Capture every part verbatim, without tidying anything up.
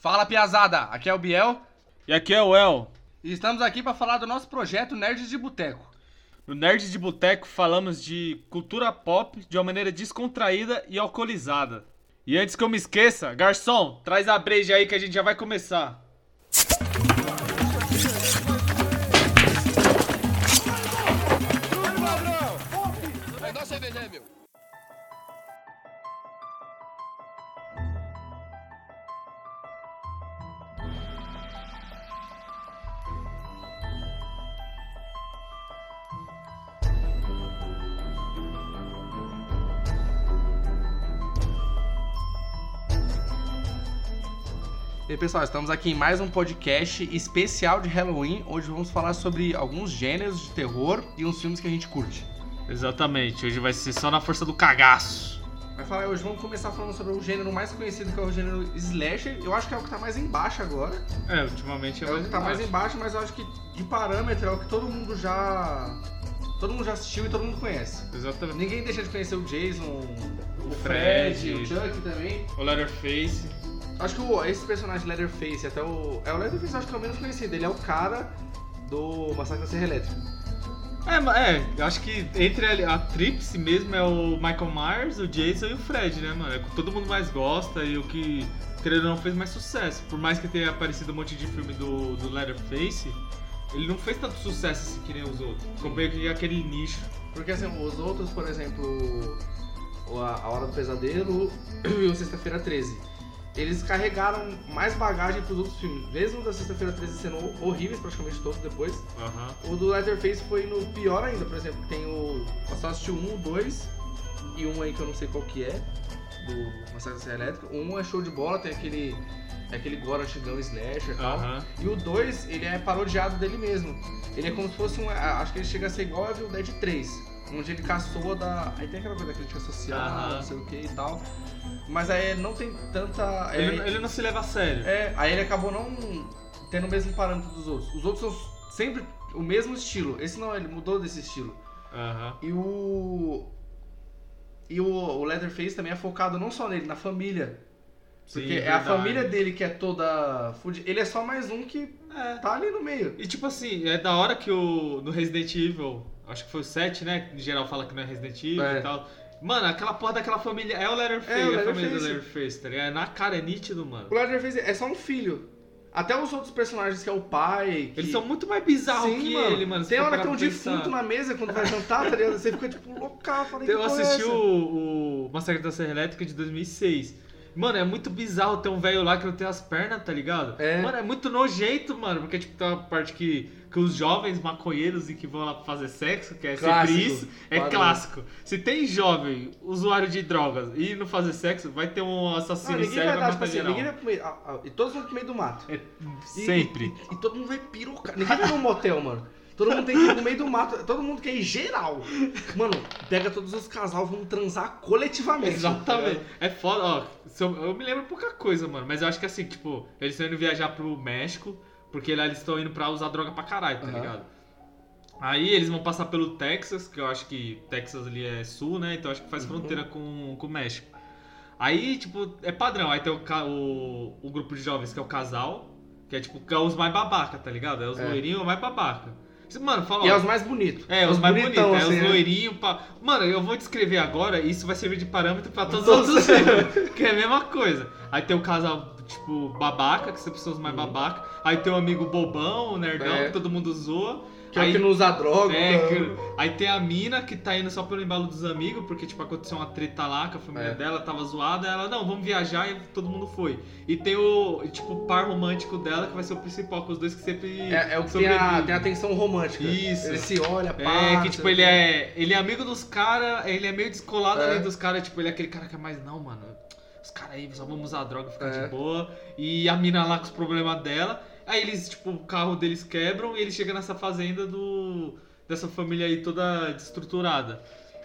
Fala, piazada! Aqui é o Biel. E aqui é o El. E estamos aqui para falar do nosso projeto Nerds de Boteco. No Nerds de Boteco falamos de cultura pop de uma maneira descontraída e alcoolizada. E antes que eu me esqueça, garçom, traz a breja aí que a gente já vai começar. Vai dar cerveja aí, meu. E aí, pessoal, estamos aqui em mais um podcast especial de Halloween, onde vamos falar sobre alguns gêneros de terror e uns filmes que a gente curte. Exatamente, hoje vai ser só na força do cagaço. Vai falar, hoje vamos começar falando sobre o gênero mais conhecido, que é o gênero slasher. Eu acho que é o que tá mais embaixo agora. É, ultimamente é, É o mais que tá mais embaixo, mas eu acho que de parâmetro é o que todo mundo já... Todo mundo já assistiu e todo mundo conhece. Exatamente. Ninguém deixa de conhecer o Jason, o, O Fred, Fred, o Chuck também. O Leatherface. Acho que o, esse personagem Leatherface, até o... É, o Leatherface acho que é o menos conhecido. Ele é o cara do Massacre da Serra Elétrica. É, ma- é, eu acho que entre a, a tríplice mesmo é o Michael Myers, o Jason e o Fred, né, mano? É o que todo mundo mais gosta e o que, querendo ou não, fez mais sucesso. Por mais que tenha aparecido um monte de filme do, do Leatherface, ele não fez tanto sucesso assim que nem os outros. Ficou meio que aquele nicho. Porque assim, os outros, por exemplo, o A a Hora do Pesadelo e o Sexta-feira treze, eles carregaram mais bagagem pros outros filmes. Mesmo o da Sexta-feira treze sendo horríveis praticamente todos depois, Aham. o do Leatherface foi no pior ainda. Por exemplo, tem o... Eu só assisti o um, o dois e um aí que eu não sei qual que é, do Massacre da Serra Elétrica. O um é show de bola, tem aquele... É aquele gore antigão slasher e tal. Aham. E o dois, ele é parodiado dele mesmo. Ele é como se fosse um... Acho que ele chega a ser igual ao Evil Dead três, onde ele caçou da... Aí tem aquela coisa da crítica social, Aham. não sei o que e tal. Mas aí não tem tanta... Ele, é, ele não se leva a sério. é, aí ele acabou não tendo o mesmo parâmetro dos outros. Os outros são sempre o mesmo estilo. Esse não, ele mudou desse estilo. Aham. E o... E o, o Leatherface também é focado não só nele, na família. Porque Sim, é a verdade. família dele que é toda... fudi- Ele é só mais um que É. tá ali no meio. E tipo assim, é da hora que o no Resident Evil, acho que foi o sete, né? Em geral fala que não é Resident Evil É. e tal. Mano, aquela porra daquela família é o Leatherface, É, o a família do Leatherface. Leatherface, tá ligado? Na cara, é nítido, mano. O Leatherface é só um filho. Até os outros personagens, que é o pai... Que... Eles são muito mais bizarros Sim, que mano. ele, mano. se Tem for hora que parar tem um pra pensar. defunto na mesa quando vai jantar, tá ligado? Você fica tipo louca. Falei, que Eu porra é assisti essa? o, o Massacre da Serra Elétrica de dois mil e seis. Mano, é muito bizarro ter um velho lá que não tem as pernas, tá ligado? É. Mano, é muito nojento, mano. Porque, tipo, tem uma parte que, que os jovens maconheiros e que vão lá fazer sexo, que é Clássico. sempre isso, é Padrão. clássico. Se tem jovem, usuário de drogas e não fazer sexo, vai ter um Não, assassino ninguém sério vai e dar, vai tipo matar assim, geral. ninguém vai pro meio... ah, ah, e todos vão pro meio do mato. É, E- sempre. E, e todo mundo vai pirocar. Ninguém vai num motel, mano. Todo mundo tem que ir no meio do mato. Todo mundo quer ir geral. Mano, pega todos os casal, vamos transar coletivamente. Exatamente. É foda, ó. se Eu, eu me lembro pouca coisa, mano. Mas eu acho que assim, tipo, eles estão indo viajar pro México, porque lá eles estão indo pra usar droga pra caralho, tá Aham. ligado? Aí eles vão passar pelo Texas, que eu acho que Texas ali é sul, né? Então eu acho que faz Uhum. fronteira com, com o México. Aí, tipo, é padrão. Aí tem o, ca- o, o grupo de jovens, que é o casal, que é tipo, que é os mais babaca, tá ligado? É os É. loirinhos mais babaca. Mano, fala, E ó, é os mais bonitos. É, os mais bonitos, bonitão, é assim, os né? loirinhos. Pá. Mano, eu vou descrever agora e isso vai servir de parâmetro pra todos Todos. os outros filmes, que é a mesma coisa. Aí tem o casal, tipo, babaca, que são pessoas mais babaca. Aí tem o amigo bobão, o nerdão, É. que todo mundo zoa. Que é o aí, que não usa droga. é, então. que- aí tem a mina que tá indo só pelo embalo dos amigos, porque, tipo, aconteceu uma treta lá com a família É. dela, tava zoada. Ela, não, vamos viajar e todo mundo foi. E tem o, tipo, o par romântico dela, que vai ser o principal, com os dois que sempre É, é o que tem a, sobrevivem. tem a tensão romântica. Isso. Ele se olha, pá. É, que tipo, sei ele o quê. é. Ele é amigo dos caras, ele é meio descolado É. ali dos caras, tipo, ele é aquele cara que é mais, não, mano. Os caras aí só vamos usar droga, ficar É. de boa. E a mina lá com os problemas dela. Aí eles, tipo, o carro deles quebram e ele chega nessa fazenda do. Dessa família aí toda destruturada.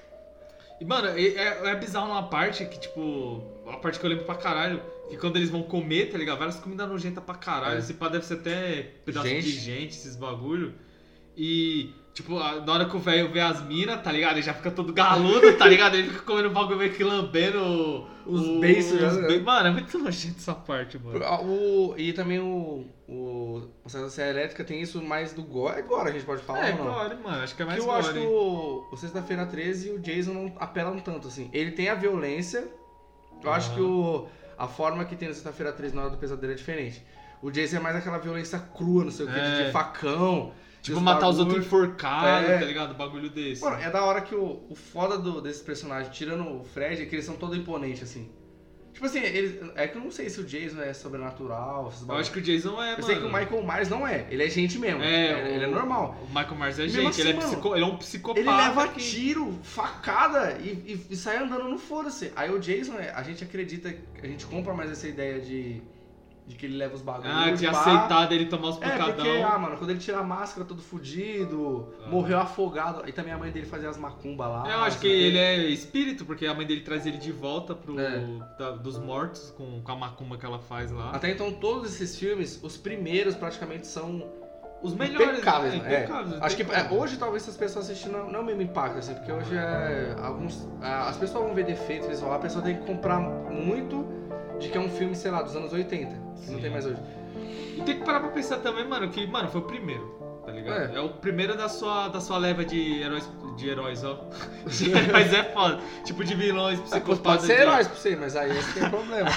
E, mano, é, é, é bizarro numa parte que, tipo. A parte que eu lembro pra caralho. Que quando eles vão comer, tá ligado? Várias comidas nojentas pra caralho. É. Esse pá deve ser até pedaço de Gente. gente, esses bagulho. E, tipo, na hora que o velho vê as minas, tá ligado? Ele já fica todo galudo, tá ligado? Ele fica comendo um bagulho meio que lambendo Os o- beiços, os né? be- Mano, é muito nojento essa parte, mano. O, e também o, o, o Sexta Serra Elétrica tem isso mais do gore. É gore, a gente pode falar É, ou não? gore, mano. Acho que é mais que eu gore. acho que o, o Sexta-feira treze e o Jason não apelam tanto, assim. Ele tem a violência, eu acho Ah. que o, a forma que tem no Sexta-feira treze na Hora do Pesadelo é diferente. O Jason é mais aquela violência crua, não sei o que, É. de facão. Tipo, de matar os bagulho. outros enforcados, É. tá ligado? Bagulho desse. Mano, é da hora que o, o foda do, desses personagens, tirando o Fred, é que eles são todos imponentes, assim. Tipo assim, eles, é que eu não sei se o Jason é sobrenatural, esses Eu bagulho. acho que o Jason é, Eu mano. sei que o Michael Myers não é, ele é gente mesmo. É, ele o- é normal. O Michael Myers é Mesmo gente, assim, ele, é mano, psico... ele é um psicopata. Ele leva que- tiro, facada e, e, e sai andando no foda-se. Aí o Jason, é, a gente acredita, a gente compra mais essa ideia de, de que ele leva os bagulhos. Ah, de pá. aceitar dele tomar os É, pancadão. porque, ah, mano, quando ele tira a máscara todo fudido, Ah. morreu afogado, e também a mãe dele fazia as macumbas lá. Eu acho que sabe? ele é espírito, porque a mãe dele traz ele de volta pro, É. da- dos mortos com, com a macumba que ela faz lá. Até então, todos esses filmes, os primeiros praticamente são Os melhores, impecáveis, né? né? É. Impecáveis, não Acho que tem é, como. hoje talvez as pessoas assistindo não, não é o mesmo impacto, assim, porque hoje é alguns. ah, As pessoas vão ver defeitos visual, a pessoa tem que comprar muito de que é um filme, sei lá, dos anos oitenta, que não Sim. tem mais hoje. E tem que parar pra pensar também, mano, que, mano, foi o primeiro, tá ligado? É. É, o primeiro da sua, da sua leva de heróis, de heróis, ó. De heróis é foda. Tipo, de vilões, Pode psicopatas. ser de- heróis pra você, mas aí esse tem problema.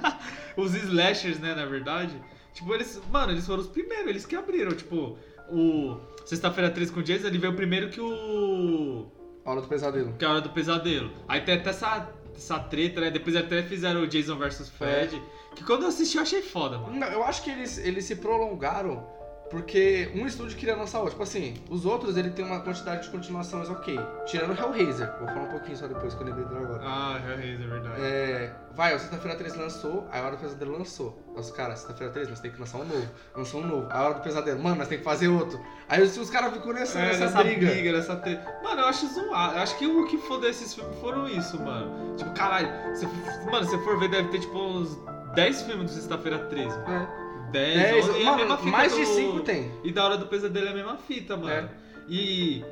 Os slashers, né, na verdade. Tipo, eles, mano, eles foram os primeiros, eles que abriram, tipo, o Sexta-feira treze com o Jason, ele veio primeiro que o Hora do Pesadelo. que é a Hora do Pesadelo. Aí tem até essa, essa treta, né? Depois até fizeram o Jason versus Fred. Que quando eu assisti eu achei foda, mano. Não, eu acho que eles, eles se prolongaram porque um estúdio queria lançar outro. Tipo assim, os outros ele tem uma quantidade de continuações ok. Tirando Hellraiser. Vou falar um pouquinho só depois que eu lembrei dele agora. Ah, Hellraiser, é verdade. É, vai, o Sexta-feira treze lançou, a Hora do Pesadelo lançou. Aí os caras, Sexta-feira treze, nós tem que lançar um novo. Lançou um novo. A Hora do Pesadelo, mano, nós tem que fazer outro. Aí os, os caras ficam nessa, É, nessa, nessa briga. briga, nessa treta. Mano, eu acho zoado. Eu acho que o que fodeu esses filmes foram isso, mano. Tipo, caralho, se, mano, se for ver, deve ter tipo uns dez filmes do Sexta-feira treze, mano. É. dez, dez, onze, e a mesma mano, fita mais de do- cinco tem. E da Hora do Pesadelo é a mesma fita, mano. É. E.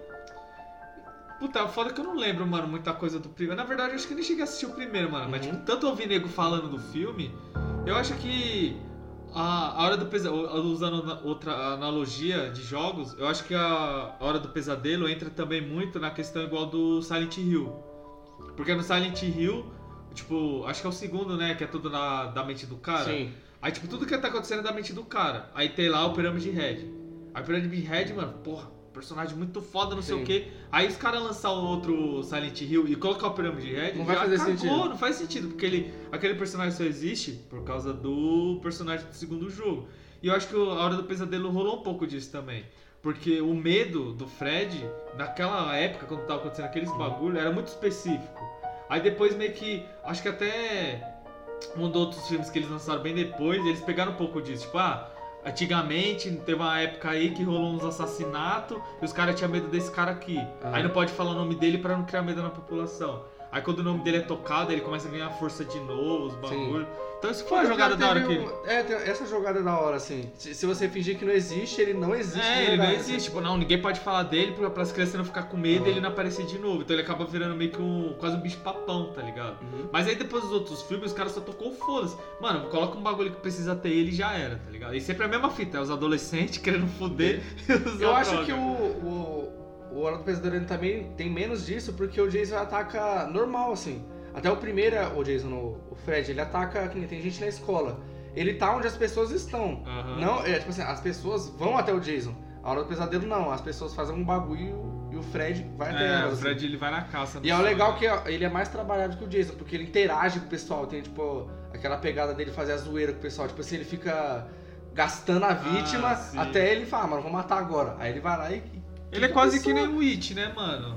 Puta, foda que eu não lembro, mano, muita coisa do primeiro. Na verdade, eu acho que eu nem cheguei a assistir o primeiro, mano. Mas, Uhum. tipo, tanto eu ouvi nego falando do filme, eu acho que. A, a Hora do Pesadelo, usando na- outra analogia de jogos, eu acho que a, a Hora do Pesadelo entra também muito na questão igual do Silent Hill. Porque no Silent Hill, tipo, acho que é o segundo, né, que é tudo na, da mente do cara. Sim. Aí, tipo, tudo que tá acontecendo é da mente do cara. Aí tem lá o Pyramid Head. Aí o Pyramid Head, mano, porra, personagem muito foda, não sei Sim. o quê. Aí os caras lançar o outro Silent Hill e colocar o Pyramid Head, Não vai já fazer cagou, sentido. não faz sentido, porque ele, aquele personagem só existe por causa do personagem do segundo jogo. E eu acho que a Hora do Pesadelo rolou um pouco disso também. Porque o medo do Fred, naquela época, quando tava acontecendo aqueles bagulho, era muito específico. Aí depois meio que, acho que até um dos outros filmes que eles lançaram bem depois, eles pegaram um pouco disso. Tipo, ah, antigamente teve uma época aí que rolou uns assassinatos e os caras tinham medo desse cara aqui. Ah. Aí não pode falar o nome dele pra não criar medo na população. Aí quando o nome dele é tocado, ele começa a ganhar força de novo, os bagulho. Então isso foi uma Pô, jogada já da hora teve que... um- É, tem- essa jogada é da hora, assim. Se, se você fingir que não existe, ele não existe. É, de ele não verdade, existe. Tipo, não, ninguém pode falar dele pra, pra as crianças não ficar com medo e Ah. ele não aparecer de novo. Então ele acaba virando meio que um, quase um bicho papão, tá ligado? Uhum. Mas aí depois dos outros filmes, os caros só tocou o foda-se. Mano, coloca um bagulho que precisa ter ele e já era, tá ligado? E sempre é a mesma fita, é os adolescentes querendo foder e usar Eu acho droga. que o, o, o Hora do Pesadelo ele também tem menos disso, porque o Jason ataca normal, assim. Até o primeiro, o Jason, o o Fred, ele ataca, que nem tem gente na escola. Ele tá onde as pessoas estão. Aham. Não, é tipo assim, as pessoas vão até o Jason. A Hora do Pesadelo não, as pessoas fazem um bagulho e o Fred vai até É, elas. o assim. Fred ele vai na caça. no E é o sonho. legal que ele é mais trabalhado que o Jason, porque ele interage com o pessoal, tem tipo aquela pegada dele fazer a zoeira com o pessoal, tipo assim, ele fica gastando a vítima sim. até ele falar, ah, mano, vou matar agora. Aí ele vai lá e... Ele é quase que pessoa. nem o It, né, mano?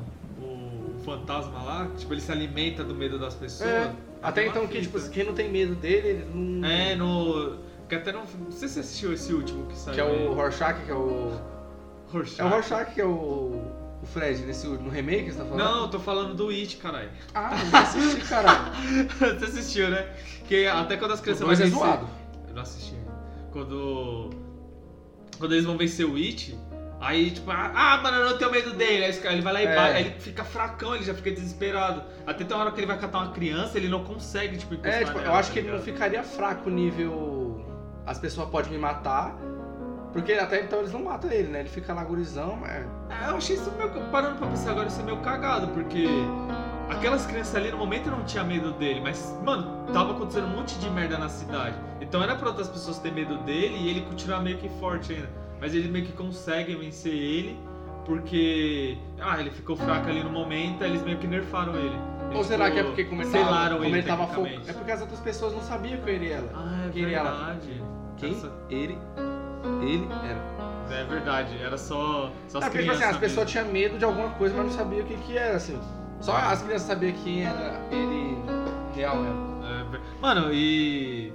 O, o fantasma lá, tipo, ele se alimenta do medo das pessoas. É, É até uma então que, fita. tipo, quem não tem medo dele, ele não... É, no... Que até não... Não sei se você assistiu esse último que saiu Que é aí. o Rorschach, que é o... Rorschach. É o Rorschach que é o... O Fred, nesse, no remake você tá falando? Não, eu tô falando do It, caralho. Ah, não assisti, caralho. Você assistiu, né? Que até quando as O crianças dois vão é vencer... zoado. Eu não assisti. Quando... Quando eles vão vencer o It, Aí, tipo, ah, mano, eu não tenho medo dele. Aí ele vai lá e É. bate, aí ele fica fracão, ele já fica desesperado. Até tem uma hora que ele vai catar uma criança, ele não consegue, tipo, encostar É, tipo, nela, eu acho tá que ele não ligado? ficaria fraco nível. As pessoas podem me matar. Porque até então eles não matam ele, né? Ele fica lá gurizão, mas. É, eu achei isso meio. Parando pra pensar agora, isso é meio cagado, porque aquelas crianças ali no momento não tinha medo dele, mas, mano, tava acontecendo um monte de merda na cidade. Então era pra outras pessoas ter medo dele e ele continuar meio que forte ainda. Mas eles meio que conseguem vencer ele, porque. Ah, ele ficou fraco ali no momento, aí eles meio que nerfaram ele. Eles Ou será ficou- que é porque como ele tava, selaram como ele, ele tava focado? tecnicamente. É porque as outras pessoas não sabiam que eu iria ela. Ah, é Quem era ela? verdade. Quem? Essa- Ele. Ele era. É verdade, era só, só as É porque, tipo crianças assim, as pessoas mesmo. tinham medo de alguma coisa, mas não sabiam o que que era, assim. Só as crianças sabiam quem era ele real mesmo. É ver- Mano, e...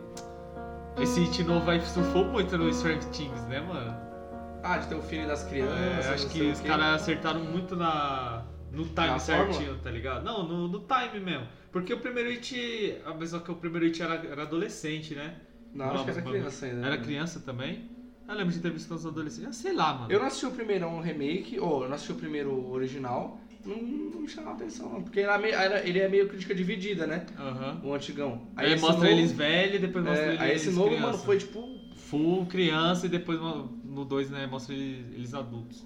Esse hit novo aí surfou muito no Stranger Things, né, mano? Ah, de ter o filho das crianças. É, acho não que sei o os quê. caras acertaram muito na... no time Na certinho, fórmula? tá ligado? Não, no, no time mesmo. Porque o primeiro hit... Apesar que o primeiro hit era, era adolescente, né? Não, acho que era Não, criança ainda. Era né? criança também? Eu lembro de ter visto os adolescentes. Ah, sei lá, mano. Eu não assisti o primeiro um remake, ou eu não assisti o primeiro original, não, não me chamava atenção, não. Porque era meio- era- ele é meio crítica dividida, né? Aham. O antigão. Aí esse mostra novo- eles velhos e depois mostra é, eles Aí esse novo, criança. mano, foi tipo. Full criança e depois no dois, né, mostra eles, eles adultos.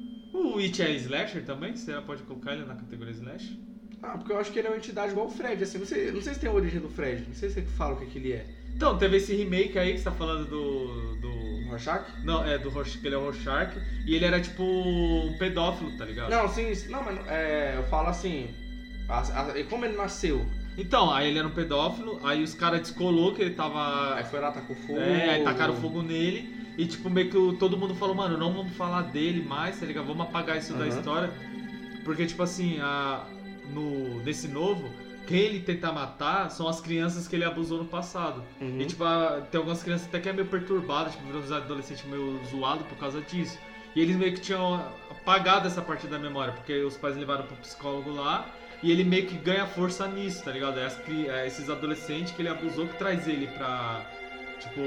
O It é slasher também? Você pode colocar ele na categoria slasher? Ah, porque eu acho que ele é uma entidade igual o Fred, assim. Não sei, não sei se tem a origem do Fred, não sei se você fala o que, que ele é. Então, teve esse remake aí que você tá falando do... do... O Rorschach? Não, é do Rorschach, que ele é o Rorschach. E ele era tipo um pedófilo, tá ligado? Não, sim, sim, não, mas é, eu falo assim. a- a- como ele nasceu? Então, aí ele era um pedófilo, aí os caras descolou que ele tava... Aí foi lá, tacou fogo. É, aí tacaram fogo nele. E tipo, meio que o- todo mundo falou, mano, não vamos falar dele mais, tá ligado? Vamos apagar isso da Uhum. história. Porque, tipo assim, a, no, nesse novo, quem ele tenta matar são as crianças que ele abusou no passado. Uhum. E tipo, a- tem algumas crianças até que é meio perturbadas, tipo, viram os adolescentes meio zoados por causa disso. E eles meio que tinham apagado essa parte da memória, porque os pais levaram pro psicólogo lá. E ele meio que ganha força nisso, tá ligado? É, as cri- é esses adolescentes que ele abusou que traz ele pra. Tipo.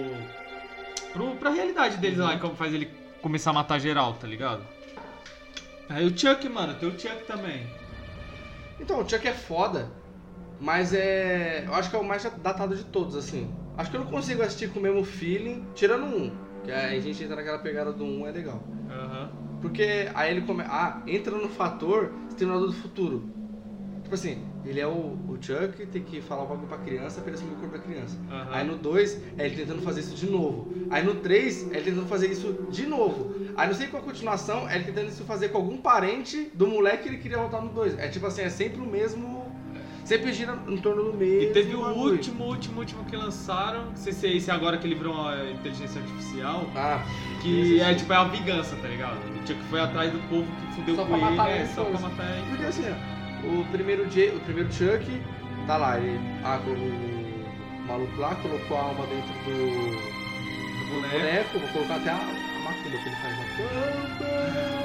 Pro, pra realidade deles lá, e como faz ele começar a matar geral, tá ligado? Aí o Chuck, mano, tem o Chuck também. Então, o Chuck é foda, mas é. Eu acho que é o mais datado de todos, assim. Acho que eu não consigo assistir com o mesmo feeling, tirando um. Que aí a gente entra naquela pegada do um, é legal. Aham. Porque aí ele come... Ah, entra no fator Exterminador do Futuro. Tipo assim, ele é o, o Chuck, tem que falar o bagulho pra criança pra ele assumir o corpo da criança. Aham. Aí no dois, é ele tentando fazer isso de novo. Aí no três, é ele tentando fazer isso de novo. Aí não sei qual a continuação, é ele tentando isso fazer com algum parente do moleque que ele queria voltar no dois. É tipo assim, é sempre o mesmo... Sempre gira em torno do mesmo. E teve o bagulho. último, último, último que lançaram, não sei se é esse agora que ele virou uma inteligência artificial, Ah, que esse é sim. tipo é a vingança, tá ligado? O Chuck foi atrás do povo que fudeu Só com pra ele, matar é, ele, só pra foda-se. matar ele. Porque assim, ó, o primeiro, J- o primeiro Chuck, tá lá, ele, ah, o, o maluco lá colocou a alma dentro do, Do do boneco. boneco, vou colocar até a, a macumba que ele faz lá.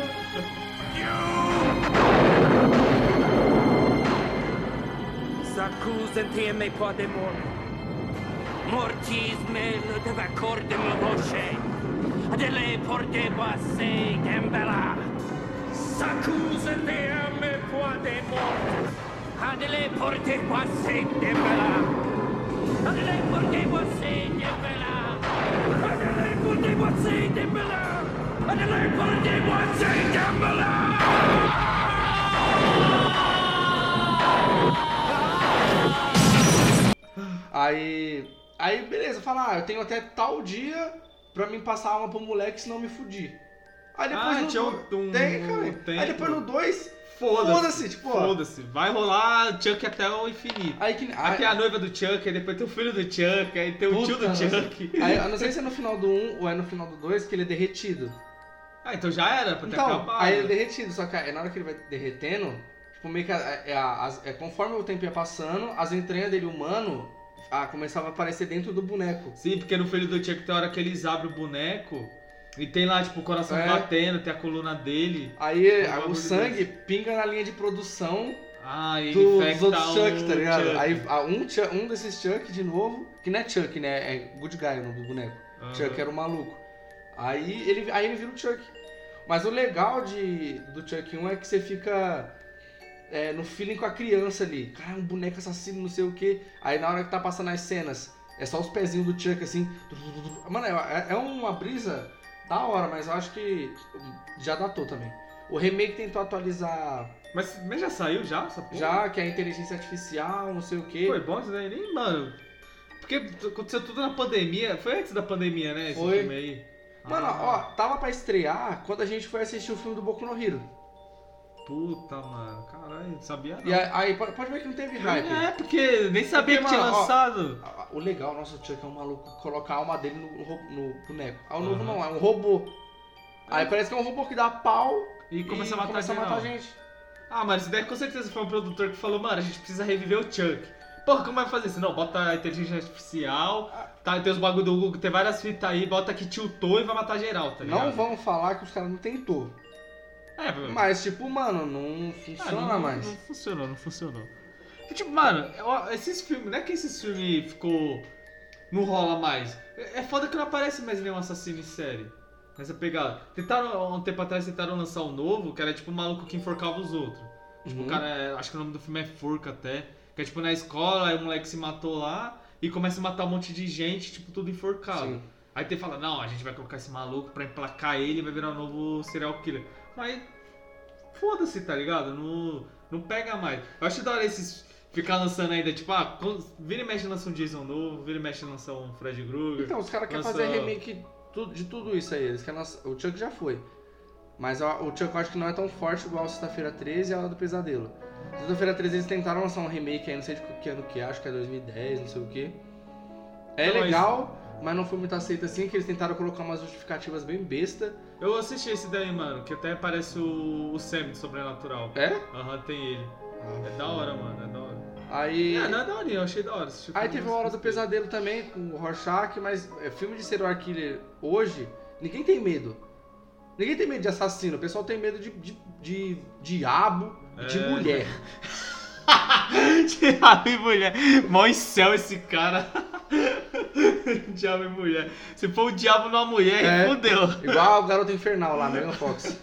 S'accusen te me pode mor. Mortis me le deve corde me voce. Adele porte basse dembela. S'accusen te me pode mor. Adele porte basse dembela. Adele porte basse dembela. Adele porte basse dembela. Adele porte basse dembela. Aí, aí beleza, fala, ah, eu tenho até tal dia pra mim passar a alma pro moleque, senão me fudir. Aí depois Ah, no tinha um- do- um- tem, cara. um tempo. Aí depois no dois, Foda-se. foda-se, tipo, ó. Foda-se, vai rolar Chuck até o infinito. Aí que. Aí Aí, tem a noiva do Chuck, aí depois tem o filho do Chuck, aí tem o tio do puta, Chuck. Aí, eu não sei se é no final do um ou é no final do dois que ele é derretido. Ah, então já era pra ter Então, acabado. aí ele é derretido, só que aí na hora que ele vai derretendo, tipo, meio que a- é, a- as- é, conforme o tempo ia passando, as entranhas dele humano ah, começavam a aparecer dentro do boneco. Sim, porque no filho do Chuck tem hora que eles abrem o boneco e tem lá, tipo, o coração É. batendo, tem a coluna dele. Aí Um a- bagulho o sangue pinga na linha de produção Ah, e ele dos infecta outros o Chuck, tá ligado? Chuck. Aí a- um, Chu- um desses Chuck de novo, que não é Chuck, né? É Good Guy o nome do boneco. Aham. Chuck era o maluco. Aí ele, aí ele vira o Chuck. Mas o legal de, do Chuck um é que você fica é, no feeling com a criança ali. Cara, um boneco assassino, não sei o que. Aí na hora que tá passando as cenas, é só os pezinhos do Chuck assim. Mano, é, é uma brisa da hora, mas eu acho que já datou também. O remake tentou atualizar... Mas, mas já saiu já essa porra? Já, que é a inteligência artificial, não sei o que. Foi bom isso daí? Nem, mano... Porque aconteceu tudo na pandemia. Foi antes da pandemia, né? Esse Foi. filme aí. Mano, Ah. ó, tava pra estrear quando a gente foi assistir o filme do Boku no Hero. Puta, mano. Caralho, sabia não. E aí, aí pode pode ver que não teve hype. É, porque nem sabia Porque, que tinha mano, ó, lançado. O legal, nossa, o Chuck é um maluco colocar a alma dele no, ro- no boneco. Ah, o novo Uhum. não, é um robô. Aí parece que é um robô que dá pau E começa a matar começa a geral. matar gente. Ah, mano, isso daí com certeza foi um produtor que falou, mano, a gente precisa reviver o Chuck. Porra, como vai fazer isso? Não, bota a inteligência artificial, tá, tem os bagulho do Google, tem várias fitas aí, bota que tiltou e vai matar geral, tá ligado? Não vamos falar que os caras não tentou. É, Mas, tipo, mano, não ah, funciona não, mais. Não funcionou, não funcionou. E, tipo, mano, eu- esses filmes, não é que esses filmes ficou... não rola mais. É é foda que não aparece mais nenhum assassino em série. Nessa pegada. Tentaram, um tempo atrás, tentaram lançar um novo, que era tipo um maluco que enforcava os outros. Tipo, Uhum. o cara, é- acho que o nome do filme é Forca até. Que é tipo na escola, aí o moleque se matou lá e começa a matar um monte de gente, tipo, tudo enforcado. Sim. Aí tem fala, não, a gente vai colocar esse maluco pra emplacar ele e vai virar um novo serial killer. Mas foda-se, tá ligado? Não, não pega mais. Eu acho da hora esses ficar lançando ainda, tipo, ah, quando- vira e mexe lança um Jason novo, vira e mexe lança um Fred Krueger. Então, os caras querem lança- fazer remake tu- de tudo isso aí. Eles querem lançar- O Chuck já foi. Mas ó, o Chuck eu acho que não é tão forte igual Sexta-feira treze e a Hora do Pesadelo. Sexta-feira treze eles tentaram lançar um remake aí, não sei de que ano que é, acho que é dois mil e dez, não sei o que. É Não, legal, mas não foi muito aceito assim, que eles tentaram colocar umas justificativas bem besta. Eu assisti esse daí, mano, que até parece o, o Sam de Sobrenatural. É? Aham, tem ele. É da hora, mano, é da hora. Aí. É, não é da hora, eu achei da hora. assisti o Aí filme, teve a Hora do gostei. Pesadelo também, com o Rorschach, mas é, filme de serial killer hoje, ninguém tem medo. Ninguém tem medo de assassino, o pessoal tem medo de, de, de diabo e de É. mulher. Diabo e mulher. Mó em céu esse cara. Diabo e mulher. Se for o diabo numa mulher, É. fudeu. Igual o Garoto Infernal lá, Megan Fox.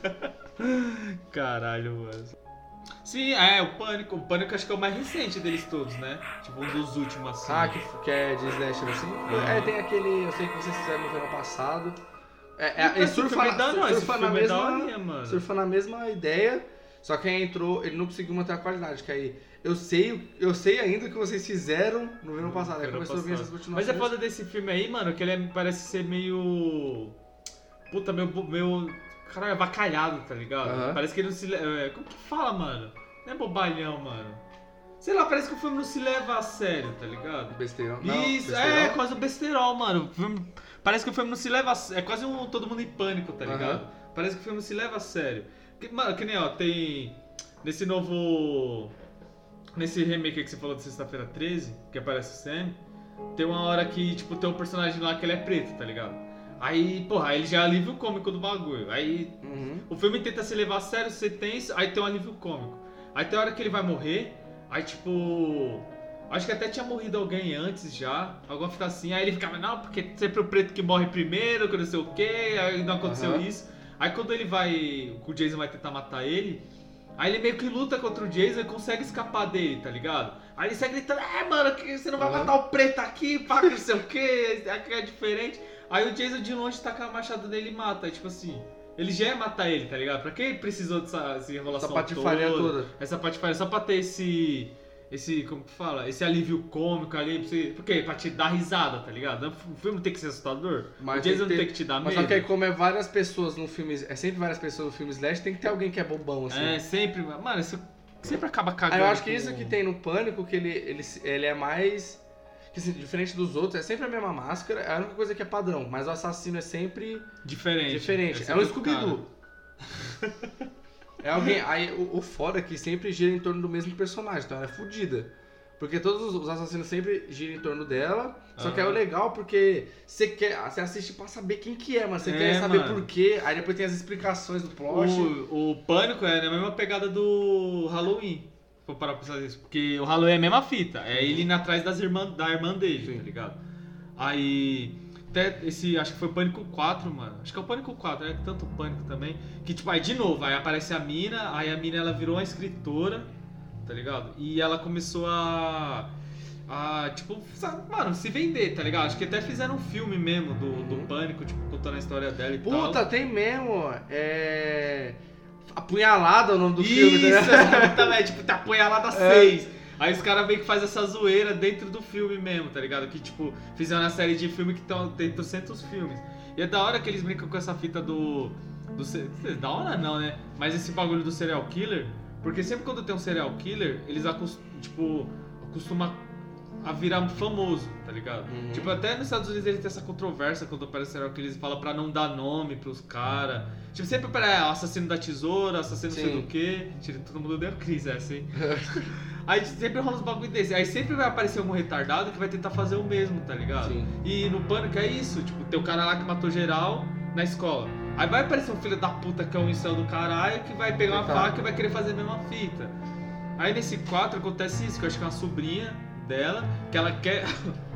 Caralho, mano. Sim, é, o Pânico. O Pânico acho que é o mais recente deles todos, né? Tipo, um dos últimos, assim. Ah, que, que é de slasher assim? É. É, tem aquele, eu sei que vocês fizeram no verão passado. É, é, Esse ele surfa, filme é da- na, não, esse surfa, na filme é da mesma, horinha, mano. surfa na mesma ideia, só que aí entrou, ele não conseguiu manter a qualidade, que aí eu sei, eu sei ainda o que vocês fizeram no verão passado, aí Ano começou a vir passado. essas Mas continuações. é foda desse filme aí, mano, que ele é- parece ser meio. Puta, meio. meio. Caralho, avacalhado, tá ligado? Aham. Parece que ele não se. le- é, Como que fala, mano? Não é bobalhão, mano. Sei lá, parece que o filme não se leva a sério, tá ligado? Besteirão. Não, Isso, besteirão. é quase um besterol, mano. O filme- Parece que o filme não se leva a sé- É quase um Todo Mundo em Pânico, tá Aham. ligado? Parece que o filme não se leva a sério. Que, mano, que nem, ó, tem. Nesse novo. Nesse remake que você falou de Sexta-feira treze, que aparece o Sam, tem uma hora que, tipo, tem um personagem lá que ele é preto, tá ligado? Aí, porra, aí ele já é alívio cômico do bagulho. Aí Uhum. o filme tenta se levar a sério, ser tenso, aí tem um alívio cômico. Aí tem a hora que ele vai morrer, aí tipo. Acho que até tinha morrido alguém antes já, alguma fita assim, aí ele ficava, não, porque sempre o preto que morre primeiro, que não sei o que, aí não aconteceu Aham. isso. Aí quando ele vai. O Jason vai tentar matar ele, aí ele meio que luta contra o Jason e consegue escapar dele, tá ligado? Aí ele sai gritando, é mano, que você não vai Aham. matar o preto aqui, pá, que não sei o que, aqui é diferente. Aí o Jason de longe taca a machada dele e mata, aí tipo assim. Ele já ia matar ele, tá ligado? Pra que ele precisou dessa, dessa enrolação Essa patifaria toda. Essa patifaria, só pra ter esse... Esse, como que fala? Esse alívio cômico ali, pra você, por quê? Pra te dar risada, tá ligado? O filme tem que ser assustador, Mas o Jason tem que ter- tem que te dar Mas medo. só que aí como é várias pessoas no filme, é sempre várias pessoas no filme Slash, tem que ter alguém que é bobão, assim. É, sempre, mano, isso sempre acaba cagando. Aí eu acho que com- isso que tem no Pânico, que ele, ele, ele é mais... Que, assim, diferente dos outros, é sempre a mesma máscara, é a única coisa que é padrão, mas o assassino é sempre Diferente. diferente. É, sempre um Scooby-Doo. É alguém... Aí o, o foda é que sempre gira em torno do mesmo personagem, então ela é fodida. Porque todos os assassinos sempre giram em torno dela, só que é o Aham. legal porque você quer, você assiste pra saber quem que é, mas você É, quer saber mano. por quê, aí depois tem as explicações do plot. O, o Pânico é na mesma pegada do Halloween. Se for parar pra pensar isso. Porque o Halloween é a mesma fita. É ele indo atrás das irmã, da irmã dele, Sim. tá ligado? Aí até esse, acho que foi o Pânico quatro, mano. Acho que é o Pânico quatro, é tanto o Pânico também. Que tipo, aí de novo, aí aparece a mina, aí a mina ela virou uma escritora, tá ligado? E ela começou a... a tipo, mano, se vender, tá ligado? Acho que até fizeram um filme mesmo do, do Pânico, tipo, contando a história dela e Puta, tal. Puta, tem mesmo, é... Apunhalada o nome do Isso, filme, tá ligado? exatamente, tipo, tá Apunhalada seis. Aí os caras meio que fazem essa zoeira dentro do filme mesmo, tá ligado? Que, tipo, fizeram uma série de filme que tão, tem trocentos filmes. E é da hora que eles brincam com essa fita do... do da hora não, né? Mas esse bagulho do serial killer, porque sempre quando tem um serial killer, eles acostum, tipo, acostumam a virar famoso, tá ligado? Uhum. Tipo, até nos Estados Unidos eles têm essa controvérsia quando aparece serial killer, eles falam pra não dar nome pros caras. Tipo, sempre para assassino da tesoura, assassino não sei do que. Todo mundo deu crise, é assim. Aí sempre rola uns bagulho desse. Aí sempre vai aparecer algum retardado que vai tentar fazer o mesmo, tá ligado? Sim. E no Pânico é isso, tipo, tem o cara lá que matou geral na escola. Aí vai aparecer um filho da puta que é um incel do caralho que vai pegar uma tá. faca e vai querer fazer a mesma fita. Aí nesse quatro acontece isso, que eu acho que é uma sobrinha dela, que ela quer...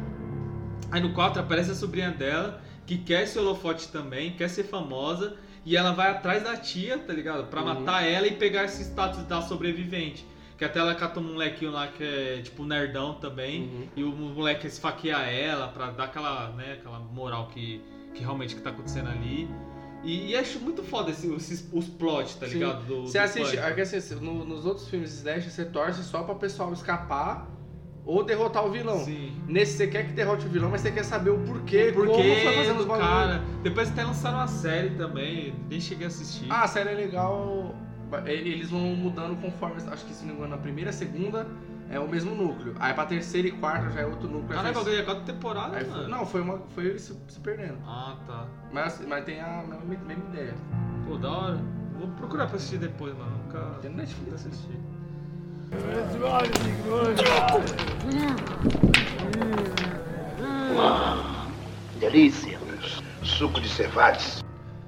Aí no quatro aparece a sobrinha dela, que quer esse holofote também, quer ser famosa, e ela vai atrás da tia, tá ligado? Pra uhum. matar ela e pegar esse status da sobrevivente. Que até ela cata um molequinho lá que é tipo nerdão também, uhum. e o moleque esfaqueia ela pra dar aquela, né, aquela moral que, que realmente que tá acontecendo ali. E, e acho muito foda esse, os, os plots, tá ligado? Do, você do assiste, aqui, assim, no, nos outros filmes de Slash você torce só pra pessoal escapar ou derrotar o vilão. Sim. Nesse você quer que derrote o vilão, mas você quer saber o porquê, o porquê como foi fazendo os bagulhos. Cara, depois até lançaram uma série também, nem cheguei a assistir. Ah, a série é legal, eles vão mudando conforme, acho que se não me engano, na primeira, segunda é o mesmo núcleo. Aí pra terceira e quarta já é outro núcleo. Caralho, bagulho é quatro temporadas, aí, mano. Não, foi, uma, foi ele se, se perdendo. Ah, tá. Mas, mas tem a mesma, mesma ideia. Pô, da hora. Vou procurar pra assistir depois, mano. Nunca... Tem no Netflix assistir. Delícia. Suco de cevades.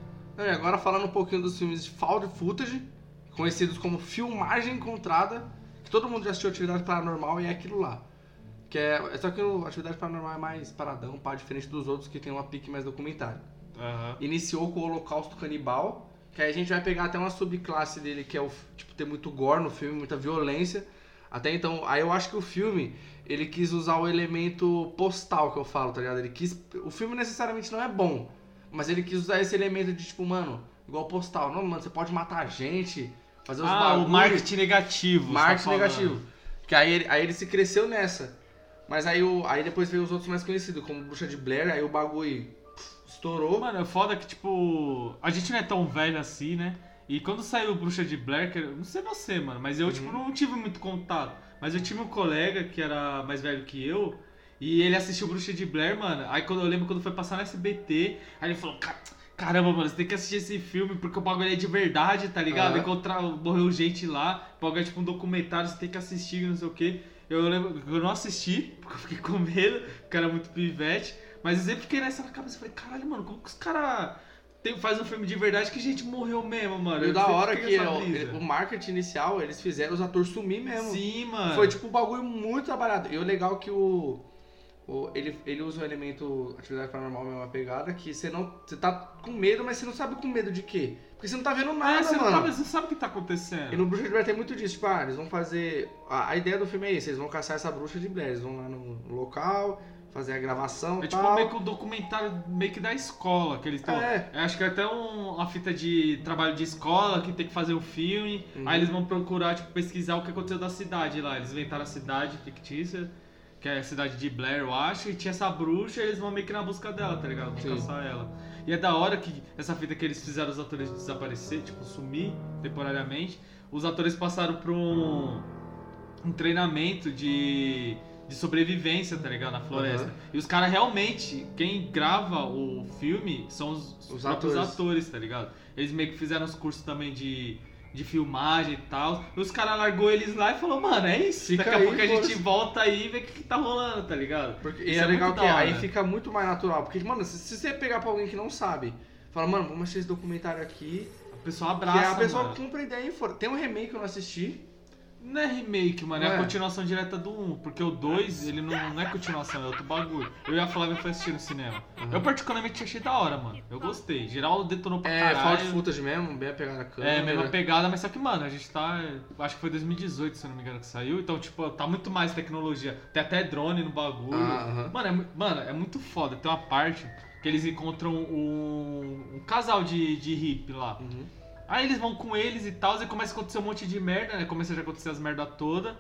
E agora falando um pouquinho dos filmes de found footage, conhecidos como filmagem encontrada, que todo mundo já assistiu Atividade Paranormal e é aquilo lá. Que é, só que a Atividade Paranormal é mais paradão, pá, diferente dos outros que tem uma pique mais documentário. Uhum. Iniciou com o Holocausto Canibal, que aí a gente vai pegar até uma subclasse dele que é o tipo ter muito gore no filme, muita violência. Até então, aí eu acho que o filme, ele quis usar o elemento postal que eu falo, tá ligado? Ele quis, o filme necessariamente não é bom, mas ele quis usar esse elemento de tipo, mano, igual postal. Não, mano, você pode matar a gente, fazer os ah, bagulhos. o marketing negativo. Marketing tá negativo. Que aí ele, aí ele se cresceu nessa. Mas aí, o, aí depois veio os outros mais conhecidos, como Bruxa de Blair, aí o bagulho pff, estourou. Mano, é foda que, tipo, a gente não é tão velho assim, né? E quando saiu Bruxa de Blair, que, não sei você, mano, mas eu, uhum. tipo, não tive muito contato. Mas eu tive um colega que era mais velho que eu, e ele assistiu Bruxa de Blair, mano. Aí quando eu lembro quando foi passar no S B T, aí ele falou, caramba, mano, você tem que assistir esse filme porque o bagulho é de verdade, tá ligado? Uhum. Encontrar, morreu gente lá, o bagulho é tipo um documentário, você tem que assistir, não sei o quê. Eu lembro, eu não assisti, porque eu fiquei com medo, porque era muito pivete. Mas eu sempre fiquei nessa na cabeça, eu falei, caralho, mano, como que os caras fazem um filme de verdade que gente morreu mesmo, mano? E da hora que o, o marketing inicial, eles fizeram os atores sumir mesmo. Sim, mano. Foi tipo um bagulho muito trabalhado. E o legal é que o... o ele, ele usa o elemento Atividade Paranormal, mesma pegada, que você não... Você tá com medo, mas você não sabe com medo de quê? Porque você não tá vendo nada, é, você mano. Não tá, você não sabe o que tá acontecendo. E no Bruxa de Blair tem muito disso, tipo, ah, eles vão fazer... A, a ideia do filme é isso, eles vão caçar essa Bruxa de Blair. Eles vão lá no local, fazer a gravação e é tal. É tipo meio que um documentário meio que da escola, que eles estão... É. Acho que é até um, uma fita de trabalho de escola, que tem que fazer um filme. Uhum. Aí eles vão procurar, tipo, pesquisar o que aconteceu da cidade lá. Eles inventaram a cidade fictícia, que é a cidade de Blair, eu acho, e tinha essa bruxa e eles vão meio que na busca dela, tá ligado? Vão caçar ela. E é da hora que essa fita que eles fizeram os atores desaparecer, tipo, sumir temporariamente, os atores passaram por um, um treinamento de, de sobrevivência, tá ligado? Na floresta. Uhum. E os caras realmente, quem grava o filme são os, os, os próprios atores. atores, tá ligado? Eles meio que fizeram os cursos também de... de filmagem e tal, e os caras largou eles lá e falou, mano, é isso, fica daqui a aí, pouco a gente pô. volta aí e vê o que, que tá rolando, tá ligado? Porque, e é, é legal que aí fica muito mais natural, porque, mano, se, se você pegar pra alguém que não sabe, fala, mano, vamos assistir esse documentário aqui, a pessoa abraça, a pessoa mano. compra a ideia e fora. Tem um remake que eu não assisti, Não é remake, mano, é, Não a é? continuação direta do um, porque o dois, ele não, não é continuação, é outro bagulho. Eu ia falar que eu fui assistir no cinema. Uhum. Eu particularmente achei da hora, mano. Eu gostei. Geral detonou pra É, caralho. found footage mesmo, bem apegado à câmera. É, mesma pegada, mas só que, mano, a gente tá. Acho que foi dois mil e dezoito, se eu não me engano, que saiu. Então, tipo, tá muito mais tecnologia. Tem até drone no bagulho. Ah, aham. Mano, é, mu- mano, é muito foda. Tem uma parte que eles encontram um, um casal de, de hippie lá. Uhum. Aí eles vão com eles e tal, e começa a acontecer um monte de merda, né? Começa a acontecer as merda toda.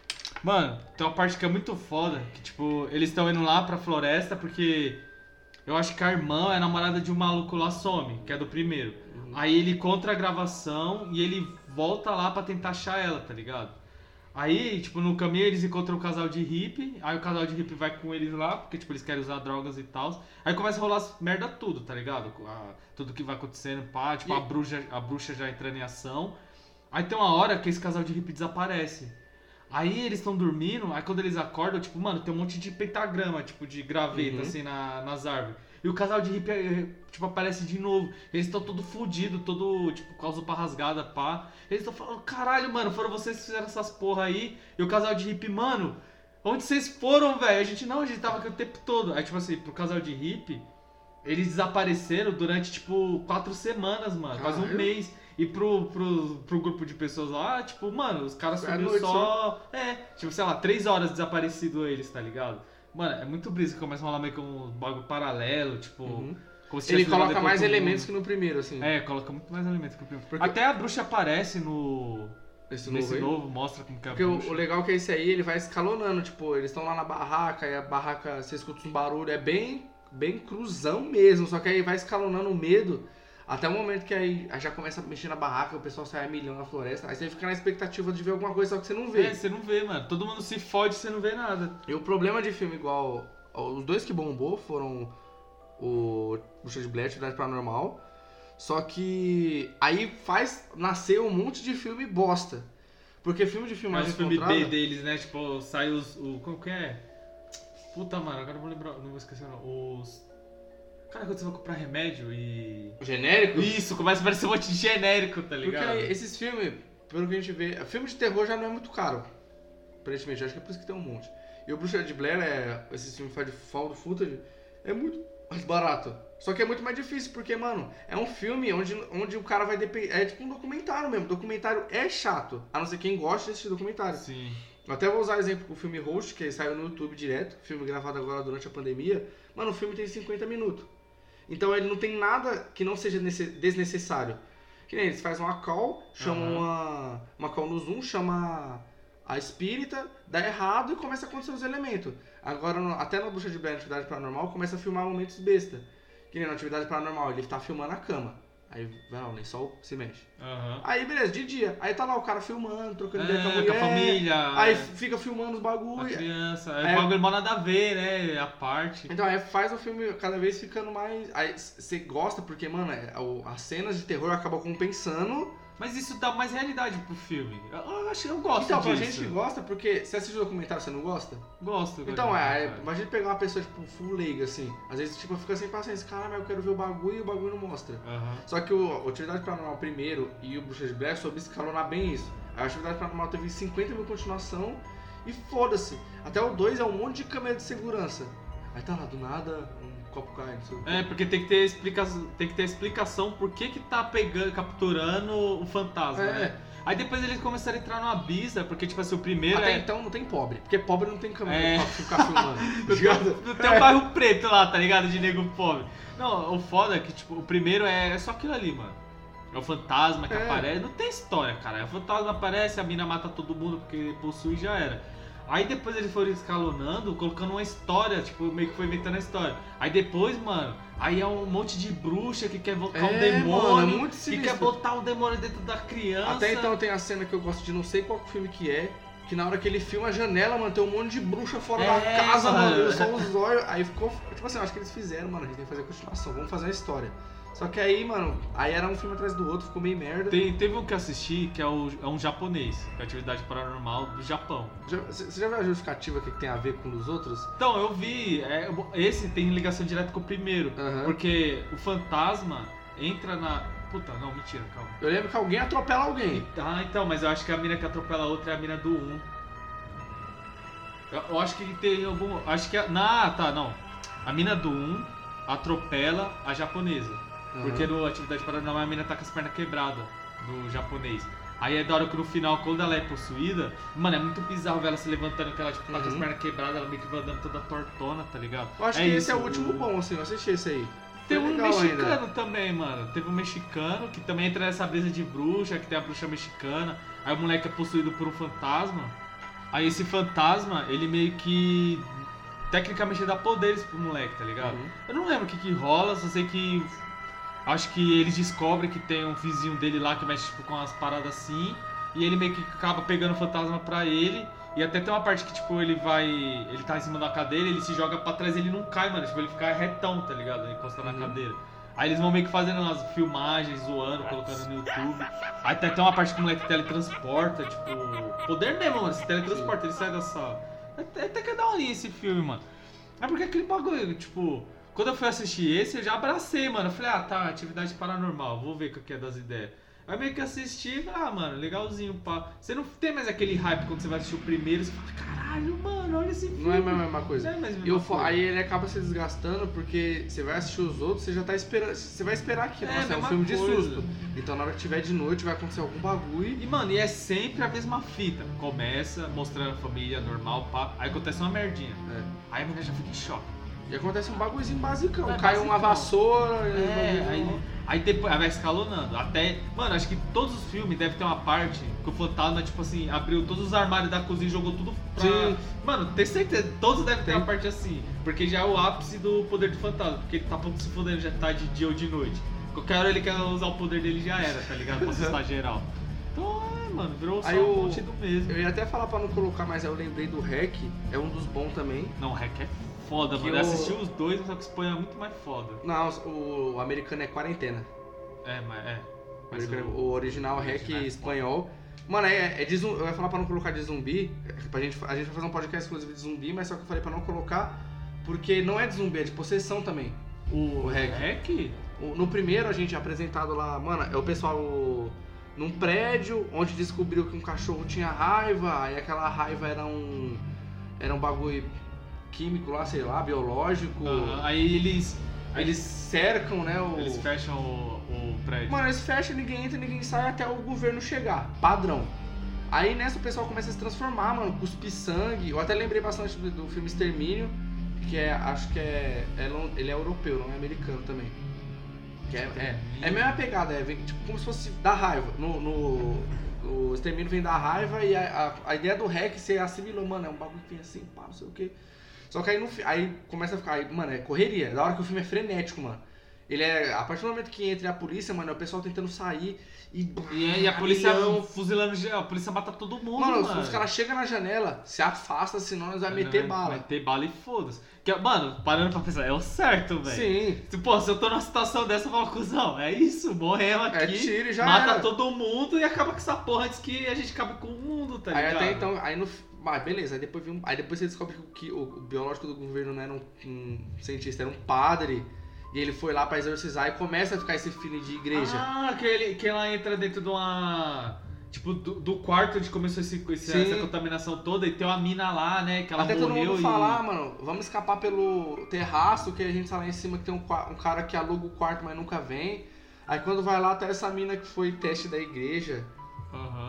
Mano, tem uma parte que é muito foda, que tipo, eles estão indo lá pra floresta porque eu acho que a irmã é a namorada de um maluco lá some, que é do primeiro. Uhum. Aí ele encontra a gravação e ele volta lá pra tentar achar ela, tá ligado? Aí, tipo, no caminho eles encontram um casal de hippie, aí o casal de hippie vai com eles lá, porque, tipo, eles querem usar drogas e tal. Aí começa a rolar as merda tudo, tá ligado? A- tudo que vai acontecendo, pá, tipo, E- a, bruxa, a bruxa já entrando em ação. Aí tem uma hora que esse casal de hippie desaparece. Aí eles estão dormindo, aí quando eles acordam, tipo, mano, tem um monte de pentagrama, tipo, de graveta, Uhum. assim, na, nas árvores. E o casal de hippie, eh, tipo, aparece de novo. Eles estão todo fudido, todo, tipo, com as roupas rasgadas, pá. Eles estão falando, caralho, mano, foram vocês que fizeram essas porra aí. E o casal de hippie, mano, onde vocês foram, velho? A gente, não, a gente tava aqui o tempo todo. Aí, tipo assim, pro casal de hippie, eles desapareceram durante, tipo, quatro semanas, mano. Quase um Caralho. mês. E pro, pro, pro grupo de pessoas lá, tipo, mano, os caras Foi à sumiu noite só... É, tipo, sei lá, três horas desaparecido eles, tá ligado? Mano, é muito brisa que começa a rolar meio que um bagulho paralelo, tipo... Uhum. Como se Ele tivesse levado coloca depois mais todo elementos mundo. que no primeiro, assim. É, coloca muito mais elementos que o primeiro. Porque- Até a bruxa aparece no... Esse nesse novo aí. novo, mostra como que é a Porque o, bruxa. o legal é que esse aí, ele vai escalonando, tipo, eles estão lá na barraca, e a barraca, você escuta um barulho, é bem, bem cruzão mesmo, só que aí vai escalonando o medo, até o momento que aí, aí já começa a mexer na barraca, o pessoal sai a milhão na floresta, aí você fica na expectativa de ver alguma coisa, só que você não vê. É, você não vê, mano. Todo mundo se fode e você não vê nada. E o problema de filme igual, os dois que bombou foram o Bruxa de Blair e Atividade Paranormal, só que aí faz nascer um monte de filme bosta. Porque filme de filmagem Mas o filme encontrada... B deles, né? Tipo, sai os... O, como que é? Puta, mano, agora eu vou lembrar... Não vou esquecer, não. Os... Cara, quando você vai comprar remédio e... genérico? Isso, começa a aparecer um monte de genérico, tá Porque ligado? aí, esses filmes, pelo que a gente vê, filme de terror já não é muito caro. Aparentemente, acho que é por isso que tem um monte. E o Bruxa de Blair, é, esses filmes faz de found footage, é muito mais barato. Só que é muito mais difícil, porque, mano, é um filme onde, onde o cara vai depender. É tipo um documentário mesmo. Documentário é chato, a não ser quem gosta de assistir documentário. Sim. Eu até vou usar exemplo com o filme Host, que saiu no YouTube direto, filme gravado agora durante a pandemia. Mano, o filme tem cinquenta minutos. Então ele não tem nada que não seja nesse- desnecessário. Que nem eles fazem uma call, chamam Aham. uma, uma call no Zoom, chama a espírita, dá errado e começa a acontecer os elementos. Agora, no- até na Bruxa de Blair, Atividade Paranormal, começa a filmar momentos besta. Que nem na Atividade Paranormal, ele tá filmando a cama. Aí vai lá, o lençol se mexe. Aham. Aí beleza, de dia. Aí tá lá o cara filmando, trocando ideia com a É, mulher. com a família. Aí é, fica filmando os a bagulho. criança. É. É um bagulho mal nada a ver, né? A parte. Então aí faz o filme cada vez ficando mais. Aí você gosta porque, mano, é- o- as cenas de terror acabam compensando. Mas isso dá mais realidade pro filme. Eu, eu acho que eu gosto Então, pra disso. gente que gosta, porque você assiste o documentário, você não gosta? Gosto. eu Então, gosto de é, documentário. imagina pegar uma pessoa, tipo, full leiga, assim. Às vezes, tipo, fica sem paciência. Caramba, eu quero ver o bagulho e o bagulho não mostra. Aham. Só que o o Atividade Paranormal primeiro e o Bruxa de Blair soube escalonar bem isso. A Atividade Paranormal teve cinquenta mil continuação e foda-se. Até o dois é um monte de câmera de segurança. Aí tá lá, do nada, um copo cai, não sei o quê. É, porque tem que ter explicação, tem que ter explicação por que que tá pegando, capturando o fantasma, É. né? Aí depois eles começaram a entrar numa bisa, porque tipo assim, o primeiro Até é... então não tem pobre, porque pobre não tem câmera É. pra ficar filmando. Não ligado? tem, não tem um bairro preto lá, tá ligado? De nego pobre. Não, o foda é que, tipo, o primeiro é, é só aquilo ali, mano. É o fantasma que É. aparece. Não tem história, cara. O fantasma aparece, a mina mata todo mundo porque possui e já era. Aí depois eles foram escalonando, colocando uma história, tipo, meio que foi inventando a história. Aí depois, mano, aí é um monte de bruxa que quer invocar um É, demônio, mano, é muito que sinistro. quer botar um demônio dentro da criança. Até então tem a cena que eu gosto de não sei qual filme que é, que na hora que ele filma a janela, mano, tem um monte de bruxa fora É, da casa, mano. mano, e só os olhos. Aí ficou, tipo assim, eu acho que eles fizeram, mano, a gente tem que fazer a continuação, vamos fazer uma história. Só que aí, mano, aí era um filme atrás do outro, ficou meio merda. Tem, teve um que eu assisti que é, o, é um japonês, que é a atividade paranormal do Japão. Já- Você já viu a justificativa que tem a ver com os outros? Então, eu vi, é, esse tem ligação direta com o primeiro, Aham. porque o fantasma entra na... Puta, não, mentira, calma. Eu lembro que alguém atropela alguém. Ah, então, mas eu acho que a mina que atropela a outra é a mina do um. Eu, eu acho que ele tem algum... Acho que... A, ah, tá, não. A mina do um atropela a japonesa. Uhum. Porque no Atividade Paranormal a mina tá com as pernas quebradas do japonês. Aí é da hora que no final, quando ela é possuída, mano, é muito bizarro ver ela se levantando, que ela tipo, tá uhum. com as pernas quebradas, ela meio que vai andando toda tortona, tá ligado? Eu acho é que isso, esse é o último o... bom, assim, eu assisti esse aí. Tem um mexicano ainda. Também, mano. Teve um mexicano que também entra nessa brisa de bruxa, que tem a bruxa mexicana. Aí o moleque é possuído por um fantasma. Aí esse fantasma, ele meio que tecnicamente dá poderes pro moleque, tá ligado? Uhum. Eu não lembro o que que rola, só sei que acho que eles descobrem que tem um vizinho dele lá que mexe tipo, com umas paradas assim. E ele meio que acaba pegando o fantasma pra ele. E até tem uma parte que, tipo, ele vai... Ele tá em cima da cadeira, ele se joga pra trás e ele não cai, mano. Tipo, ele fica retão, tá ligado? Encostando uhum. na cadeira. Aí eles vão meio que fazendo umas filmagens, zoando, colocando no YouTube. Aí até tem uma parte que o moleque teletransporta, tipo... Poder mesmo, mano. Se teletransporta, Sim. ele sai da sala. Até, até que é da hora esse filme, mano. É porque aquele bagulho, tipo... Quando eu fui assistir esse, eu já abracei, mano. Eu falei, ah, tá, Atividade Paranormal. Vou ver o que é das ideias. Aí meio que assisti, ah, mano, legalzinho, pá. Você não tem mais aquele hype quando você vai assistir o primeiro, você fala, caralho, mano, olha esse filme. Não é a mesma coisa. Não é a mesma eu, coisa. Aí ele acaba se desgastando porque você vai assistir os outros, você já tá esperando, você vai esperar que é, é um filme coisa. de susto. Então na hora que tiver de noite vai acontecer algum bagulho. E, mano, e é sempre a mesma fita. Começa mostrando a família normal, pá, aí acontece uma merdinha. É. Aí a menina já fica em choque. E acontece um bagulhozinho basicão, é, cai basicão. uma vassoura... É, aí, aí depois aí vai escalonando. Até, mano, acho que todos os filmes devem ter uma parte que o fantasma, tipo assim, abriu todos os armários da cozinha e jogou tudo pra... Sim. Mano, tem certeza, todos devem ter uma parte assim. Porque já é o ápice do poder do fantasma, porque ele tá pouco se fodendo, já tá de dia ou de noite. Qualquer hora ele quer usar o poder dele já era, tá ligado? Pra assustar geral. Então, é, mano, virou só um monte do mesmo. Eu ia até falar pra não colocar, mas eu lembrei do Rec, é um dos bons também. Não, o Rec é foda, mano. Eu assisti os dois, mas só que o espanhol é muito mais foda. Não, o, o americano é Quarentena. É, mas é. Mas o, o original, o Rec é espanhol. Mano, é, é de zumbi. Eu ia falar pra não colocar de zumbi. Pra gente, a gente vai fazer um podcast exclusivo de zumbi, mas só que eu falei pra não colocar, porque não é de zumbi, é de possessão também. O, o Rec. Rec? O, no primeiro a gente é apresentado lá, mano, é o pessoal num prédio onde descobriu que um cachorro tinha raiva, aí aquela raiva era um. Era um bagulho químico lá, sei lá, biológico. Uhum. Aí eles. Aí eles cercam, né? O... Eles fecham o, o prédio. Mano, eles fecham, ninguém entra, ninguém sai até o governo chegar. Padrão. Aí nessa o pessoal começa a se transformar, mano, cuspir sangue. Eu até lembrei bastante do, do filme Extermínio, que é, acho que é, é. Ele é europeu, não é americano também. Que é, é, é a mesma pegada, é vem, tipo, como se fosse da raiva. No, no, o Extermínio vem da raiva e a, a, a ideia do Rec você assimilou, mano, é um bagulho que vem assim, pá, não sei o que. Só que aí, no, aí começa a ficar, aí, mano, é correria. Da hora que o filme é frenético, mano. Ele é, a partir do momento que entra a polícia, mano, é o pessoal tentando sair e... E, e a polícia milhão. fuzilando, a polícia mata todo mundo, mano. Mano, os caras chegam na janela, se afasta, senão eles vão meter vai, bala. Vai meter bala e foda-se. Mano, parando pra pensar, é o certo, velho. Sim. Pô, se eu tô numa situação dessa, eu falo, cuzão, é isso, morremos aqui, é tiro e já mata era. todo mundo e acaba com essa porra antes que a gente acabe com o mundo, tá ligado? Aí até então, aí no... Ah, beleza, aí depois, um, aí depois você descobre que o, o biológico do governo não era um, um cientista, era um padre. E ele foi lá pra exorcizar e começa a ficar esse feeling de igreja. Ah, que, ele, que ela entra dentro de uma... Tipo, do, do quarto onde começou esse, esse, essa contaminação toda e tem uma mina lá, né, que ela até morreu todo mundo e... falar, mano, vamos escapar pelo terraço, que a gente tá lá em cima, que tem um, um cara que aluga o quarto, mas nunca vem. Aí quando vai lá, tá essa mina que foi teste da igreja. Aham. Uhum.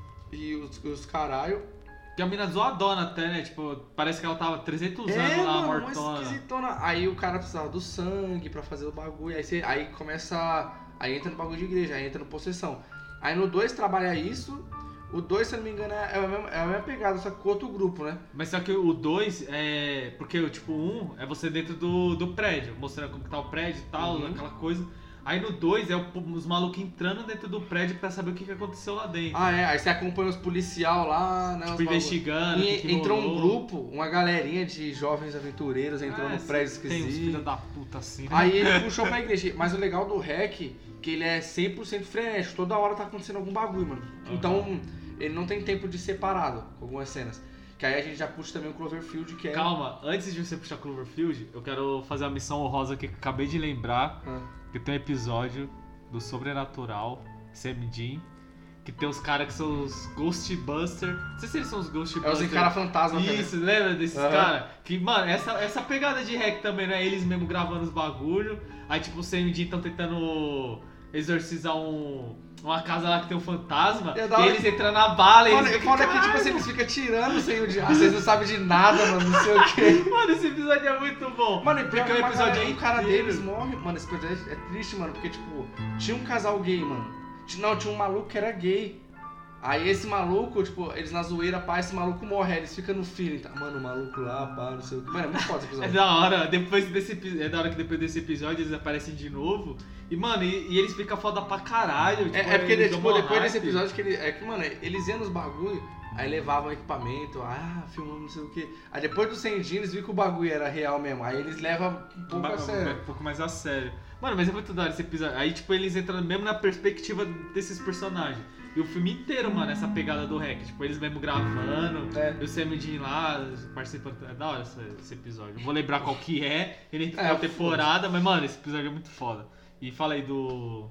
E os, os caralho... Que a mina zoadona até, né? Tipo, parece que ela tava trezentos é, anos lá, mano, mortona. esquisitona. Aí o cara precisava do sangue pra fazer o bagulho. Aí, você, aí começa. Aí entra no bagulho de igreja, aí entra no possessão. Aí no dois trabalha isso. O dois, se eu não me engano, é a mesma, é a mesma pegada, só que com outro grupo, né? Mas só que o dois é. Porque tipo, o um é você dentro do, do prédio, mostrando como que tá o prédio e tal, uhum. aquela coisa. Aí no dois é os malucos entrando dentro do prédio pra saber o que, que aconteceu lá dentro. Ah, é? Aí você acompanha os policial lá, né? Tipo, investigando. E que que entrou rolou. um grupo, uma galerinha de jovens aventureiros entrou ah, no prédio esquisito. Tem uns filhos da puta assim, né? Aí ele puxou pra igreja. Mas o legal do Rec, que ele é cem por cento frenético. Toda hora tá acontecendo algum bagulho, mano. Uhum. Então, ele não tem tempo de separado com algumas cenas. Que aí a gente já puxa também o Cloverfield, que é... Calma, antes de você puxar Cloverfield, eu quero fazer uma missão honrosa que eu acabei de lembrar. Uhum. Que tem um episódio do Sobrenatural, Sam Dean, que tem os caras que são os Ghostbusters. Não sei se eles são os Ghostbusters. É os cara fantasma. Isso, também. Lembra desses uhum. caras? Que, mano, essa, essa pegada de hack também, né? Eles mesmo gravando os bagulho. Aí, tipo, o Sam Dean estão tentando exorcizar um... uma casa lá que tem um fantasma, e eles entram na bala e mano, eles ficam... Foda que, tipo assim, eles ficam tirando sem o diabo, vocês não sabem de nada, mano, não sei o quê. Mano, esse episódio é muito bom. Mano, e pior que o episódio aí, o cara inteiro. deles morre. Mano, esse episódio é triste, mano, porque, tipo, tinha um casal gay, mano. Não, tinha um maluco que era gay. Aí esse maluco, tipo, eles na zoeira, pá, esse maluco morre, aí eles ficam no feeling, tá? Mano, o maluco lá, pá, não sei o que. Mano, é muito foda esse episódio. É da hora, depois desse, é da hora que depois desse episódio eles aparecem de novo. E, mano, e, e eles ficam foda pra caralho. Tipo, é, é porque, tipo, depois hype. desse episódio que ele. É que, mano, eles iam nos bagulho, aí levavam equipamento, ah, filmando não sei o que. Aí depois do cem dias eles viram que o bagulho era real mesmo. Aí eles levam um pouco ba- a sério. Um pouco mais a sério. Mano, mas é muito da hora esse episódio. Aí, tipo, eles entram mesmo na perspectiva desses personagens. E o filme inteiro, mano, essa pegada do hack. Tipo, eles mesmo gravando, é. e o Sam Dean lá participando. É da hora esse, esse episódio. Não vou lembrar qual que é, ele entra é, na temporada, mas, mano, esse episódio é muito foda. E fala aí do...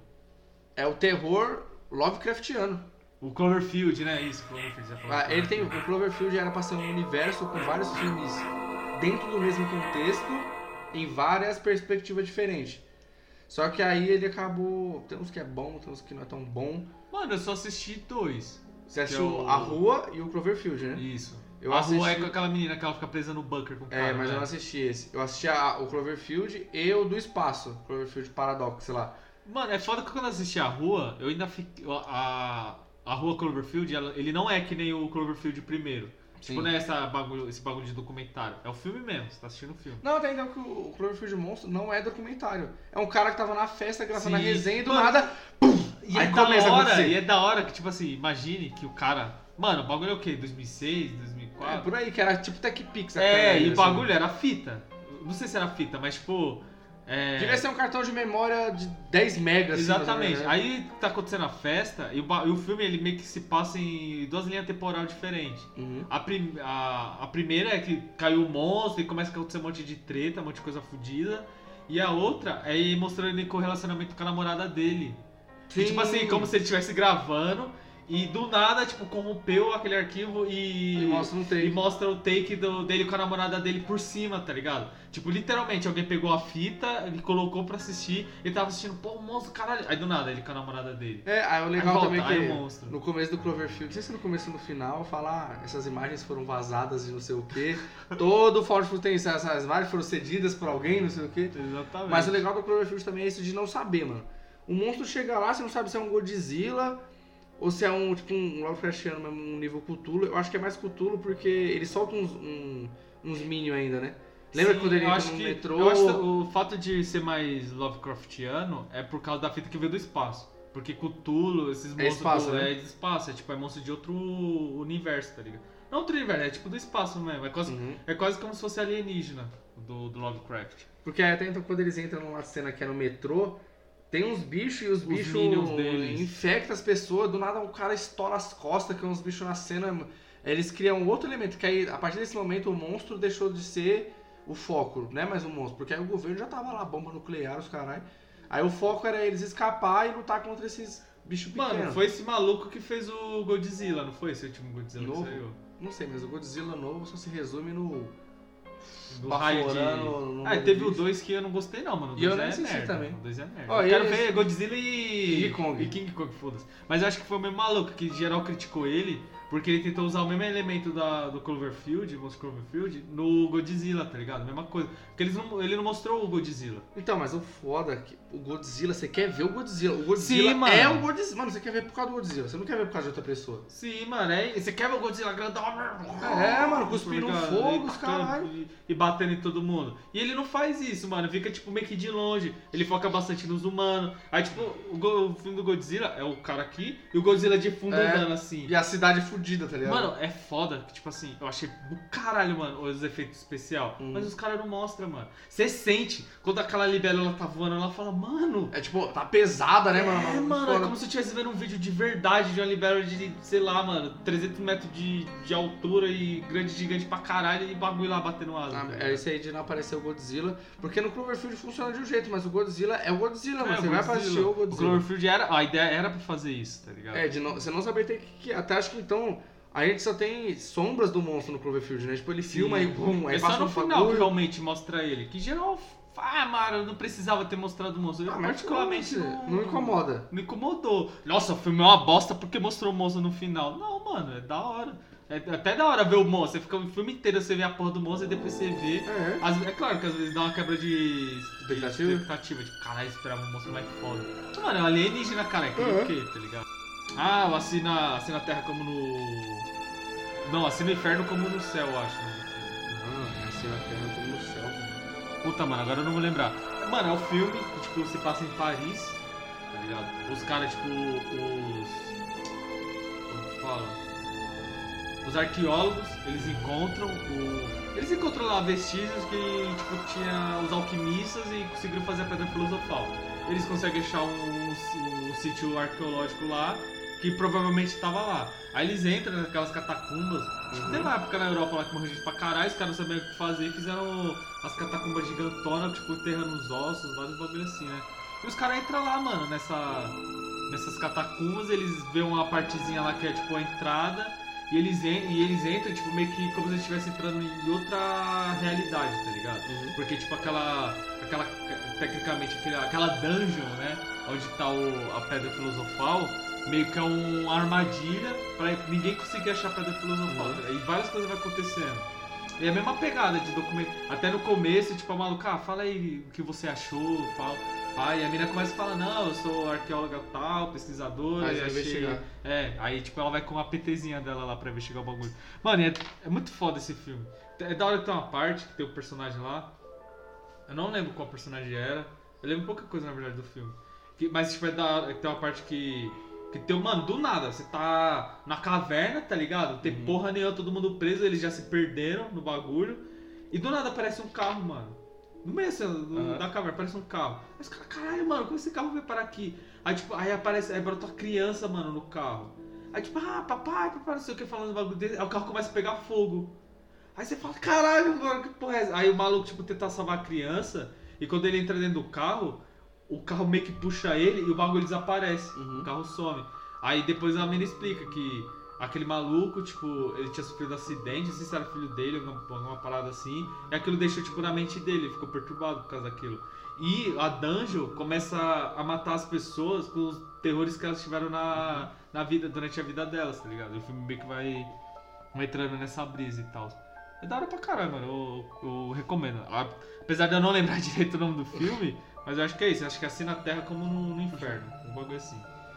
É o terror Lovecraftiano. O Cloverfield, né? Isso, Cloverfield. Ah, ele tem, o Cloverfield era pra ser um universo com vários filmes dentro do mesmo contexto, em várias perspectivas diferentes. Só que aí ele acabou... Tem uns que é bom, tem uns que não é tão bom. Mano, eu só assisti dois. Você assistiu é o... A Rua e o Cloverfield, né? Isso. Eu a assisti... Rua é com aquela menina que ela fica presa no bunker com o cara. É, mas né? eu não assisti esse. Eu assisti a, o Cloverfield e o do espaço. Cloverfield Paradox, sei lá. Mano, é foda que quando eu assisti A Rua, eu ainda fiquei... A, a Rua Cloverfield, ela, ele não é que nem o Cloverfield primeiro. Sim. Tipo, não é essa bagulho, esse bagulho de documentário. É o filme mesmo, você tá assistindo o filme. Não, até então que o Cloverfield Monstro não é documentário. É um cara que tava na festa gravando Sim. a resenha e do Mano, nada... Pum, e aí é da começa a hora, acontecer. e é da hora que, tipo assim, imagine que o cara... Mano, o bagulho é o quê? dois mil e seis, dois mil e quatro? É, por aí, que era tipo TechPix. É, e o bagulho era fita. Não sei se era fita, mas tipo... É... Devia ser um cartão de memória de dez megas. Exatamente. Assim, né? Aí tá acontecendo a festa e o, ba- e o filme ele meio que se passa em duas linhas temporais diferentes. Uhum. A, prim- a, a primeira é que caiu o monstro e começa a acontecer um monte de treta, um monte de coisa fodida. E a outra é ir mostrando ele com o relacionamento com a namorada dele. E, tipo assim, como se ele estivesse gravando e do nada, tipo, corrompeu aquele arquivo e... E mostra um take. E mostra o take do, dele com a namorada dele por cima, tá ligado? Tipo, literalmente, alguém pegou a fita, ele colocou pra assistir, ele tava assistindo, pô, o monstro, caralho. Aí do nada, ele com a namorada dele. É, aí o legal Aí volta, também aí que o monstro. no começo do Cloverfield, não sei se no começo ou no final, fala, ah, essas imagens foram vazadas de não sei o que. Todo o Ford tem essas imagens foram cedidas por alguém, não sei o que. Exatamente. Mas o legal do Cloverfield também é isso de não saber, mano. O monstro chega lá, você não sabe se é um Godzilla ou se é um, tipo, um Lovecraftiano mesmo, um nível Cthulhu. Eu acho que é mais Cthulhu porque ele solta uns, um, uns Minions ainda, né? Lembra Sim, quando ele eu entra acho no que, metrô? Eu acho que o fato de ser mais Lovecraftiano é por causa da fita que veio do espaço. Porque Cthulhu, esses monstros espaço, do, né? é de espaço, é tipo, é monstro de outro universo, tá ligado? Não outro universo, é tipo do espaço mesmo. É quase, Uhum. é quase como se fosse alienígena do, do Lovecraft. Porque até então quando eles entram numa cena que é no metrô, tem uns bichos e os, Os bichos minions deles. infectam as pessoas, do nada o cara estoura as costas, que é uns bichos na cena. Eles criam outro elemento, que aí a partir desse momento o monstro deixou de ser o foco, não é mais um monstro, porque aí o governo já tava lá, bomba nuclear, os caralho. Aí o foco era eles escapar e lutar contra esses bichos pequenos. Mano, foi esse maluco que fez o Godzilla, não foi esse último Godzilla Novo? que saiu? Não sei, mas o Godzilla novo só se resume no... Do raio de... Ah, e teve o dois que eu não gostei não, mano. O E eu dois não é assisti merda, também. O dois é merda. Ó, eu quero esse- ver Godzilla e... King Kong. E King Kong, foda-se. Mas eu acho que foi o mesmo maluco, que geral criticou ele, porque ele tentou usar o mesmo elemento da, do Cloverfield, o monstro Cloverfield, no Godzilla, tá ligado? Mesma coisa. Porque eles não, ele não mostrou o Godzilla. Então, mas o foda é que o Godzilla, você quer ver o Godzilla. O Godzilla Sim, mano. é o Godzilla. Mano, você quer ver por causa do Godzilla, você não quer ver por causa de outra pessoa. Sim, mano, é... Você quer ver o Godzilla grandão? É, mano, cuspindo Tá ligado? fogo, E os tacando caralho. E, e batendo em todo mundo. E ele não faz isso, mano. Fica, tipo, meio que de longe. Ele foca bastante nos humanos. Aí, tipo, o, Go- o filme do Godzilla é o cara aqui e o Godzilla de fundo É. andando assim. E a cidade E fodida, tá ligado? Mano, é foda que, tipo assim, eu achei do caralho, mano, os efeitos especiais. Hum. Mas os caras não mostram, mano. Você sente, quando aquela libélula tá voando, ela fala, mano... É tipo, tá pesada, né, mano? É, mano, Foda. é como se eu estivesse vendo um vídeo de verdade de uma libélula de, sei lá, mano, trezentos metros de, de altura e grande, gigante pra caralho e bagulho lá batendo asa. Ah, tá é isso aí de não aparecer o Godzilla, porque no Cloverfield funciona de um jeito, mas o Godzilla é o Godzilla, mano. É, Você o vai pra Godzilla. assistir o O Godzilla. Cloverfield era... A ideia era pra fazer isso, tá ligado? É, de não, você não saber ter que... Até acho que então... A gente só tem sombras do monstro no Cloverfield, né? Tipo, ele Sim. filma e bum, aí é passa só no um final bagulho. que realmente mostra ele. Que geral... Ah, mano, não precisava ter mostrado o monstro. Eu Ah, mas particularmente não, não... não incomoda. Me incomodou. Nossa, o filme é uma bosta porque mostrou o monstro no final. Não, mano, é da hora. É até da hora ver o monstro. Você fica o filme inteiro, você vê a porra do monstro e depois você vê. É. Às- é claro que às vezes dá uma quebra de Expectativa? de expectativa. Tipo, caralho, esperava um monstro mais foda. Mas, mano, é um alienígena, cara. É aquele Uhum. o quê, tá ligado? Ah, eu assino, assino a Terra como no... Não, assino o Inferno como no céu, eu acho. Né? Ah, assim na terra como no céu, velho. Puta, mano, agora eu não vou lembrar. Mano, é um filme que, tipo, se passa em Paris, tá ligado? Os caras, tipo, os... Como que fala? Os arqueólogos, eles encontram o... Eles encontram lá vestígios que, tipo, tinha os alquimistas e conseguiram fazer a Pedra Filosofal. Eles conseguem achar um, um, um sítio arqueológico lá, que provavelmente estava lá. Aí eles entram naquelas catacumbas. Tipo, Uhum. tem uma época na Europa lá que morreu gente pra caralho, os caras não sabiam o que fazer e fizeram as catacumbas gigantonas, tipo, enterrando os ossos, vários bagulho assim, né? E os caras entram lá, mano, nessa, nessas catacumbas, eles vêem uma partezinha lá que é tipo a entrada, e eles, en- e eles entram, tipo, meio que como se eles estivessem entrando em outra realidade, tá ligado? Uhum. Porque, tipo, aquela, aquela tecnicamente, aquela, aquela dungeon, né, onde tá o, a Pedra Filosofal, meio que é uma armadilha pra ninguém conseguir achar a Pedra Filosofal. Uhum. Tá? E várias coisas vai acontecendo. E é a mesma pegada de documento. Até no começo, tipo, a maluca, ah, fala aí o que você achou, tal. Aí a mina começa a falar, não, eu sou arqueóloga tal, pesquisadora, Aí e vai achei... investigar. É, aí tipo, ela vai com uma PTzinha dela lá pra investigar o bagulho. Mano, é, é muito foda esse filme. É da hora que tem uma parte que tem o personagem lá. Eu não lembro qual personagem era. Eu lembro pouca coisa, na verdade, do filme. Que, mas tipo, é da hora que tem uma parte que... Que tem, mano, do nada, você tá na caverna, tá ligado? Tem Uhum. porra nenhuma, todo mundo preso, eles já se perderam no bagulho. E do nada aparece um carro, mano. No meio assim, do- Uhum. da caverna, aparece um carro. Aí os caras, caralho, mano, como esse carro veio parar aqui? Aí tipo, aí aparece, aí brota uma criança, mano, no carro. Aí tipo, ah, papai, papai, não sei o que, falando o bagulho dele. Aí o carro começa a pegar fogo. Aí você fala, caralho, mano, que porra é essa? Aí o maluco, tipo, tenta salvar a criança. E quando ele entra dentro do carro, o carro meio que puxa ele e o bagulho desaparece. Uhum. O carro some. Aí depois a menina explica que aquele maluco, tipo, ele tinha sofrido um acidente, não sei se era filho dele, alguma, alguma parada assim. E aquilo deixou, tipo, na mente dele, ele ficou perturbado por causa daquilo. E a Dungeon começa a matar as pessoas com os terrores que elas tiveram na, na vida, durante a vida delas, tá ligado? E o filme meio que vai, vai entrando nessa brisa e tal. É da hora pra caralho, mano. Eu, eu recomendo. Apesar de eu não lembrar direito o nome do filme, mas eu acho que é isso. Eu acho que é assim na Terra como no, no Inferno. Um bagulho assim.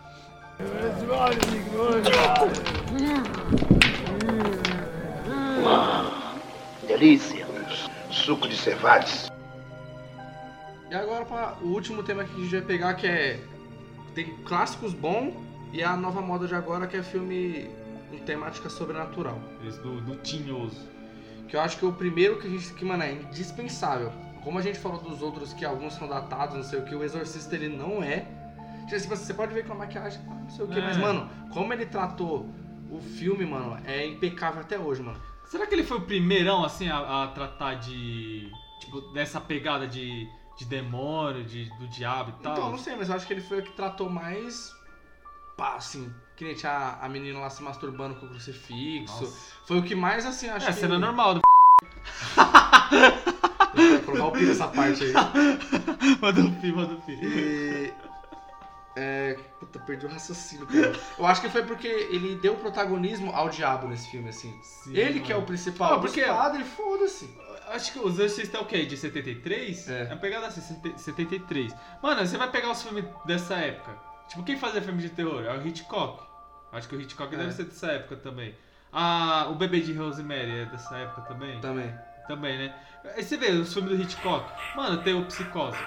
Delícia. Suco de cevades. E agora para o último tema que a gente vai pegar, que é... Tem clássicos bons e a nova moda de agora, que é filme com temática sobrenatural. Esse do, do tinhoso. Que eu acho que é o primeiro que a gente, que, mano, é indispensável. Como a gente falou dos outros, que alguns são datados, não sei o que, o Exorcista ele não é. Tipo, você pode ver com a maquiagem, ah, não sei o que, É. mas, mano, como ele tratou o filme, mano, é impecável até hoje, mano. Será que ele foi o primeirão, assim, a, a tratar de... Tipo, dessa pegada de, de demônio, de, do diabo e tal? Então, não sei, mas eu acho que ele foi o que tratou mais. Pá, assim. Que nem tinha a menina lá se masturbando com o crucifixo. Nossa. Foi o que mais, assim, acho É, que. cena normal do Eu vou colocar o pi nessa parte aí. Manda o pi, manda o pi. E. É. Puta, perdi o raciocínio, cara. Eu acho que foi porque ele deu protagonismo ao diabo nesse filme, assim. Sim, ele que é o mano. principal. Ah, porque- Os padres, foda-se. Acho que o Exorcista é o quê? De setenta e três? É. uma pegada assim, setenta e três. Mano, você vai pegar os filmes dessa época. Tipo, quem fazia filme de terror? É o Hitchcock. Acho que o Hitchcock É. deve ser dessa época também. Ah, o Bebê de Rosemary é dessa época também? Também. Também, né? Aí você vê os filmes do Hitchcock. Mano, tem o Psicose.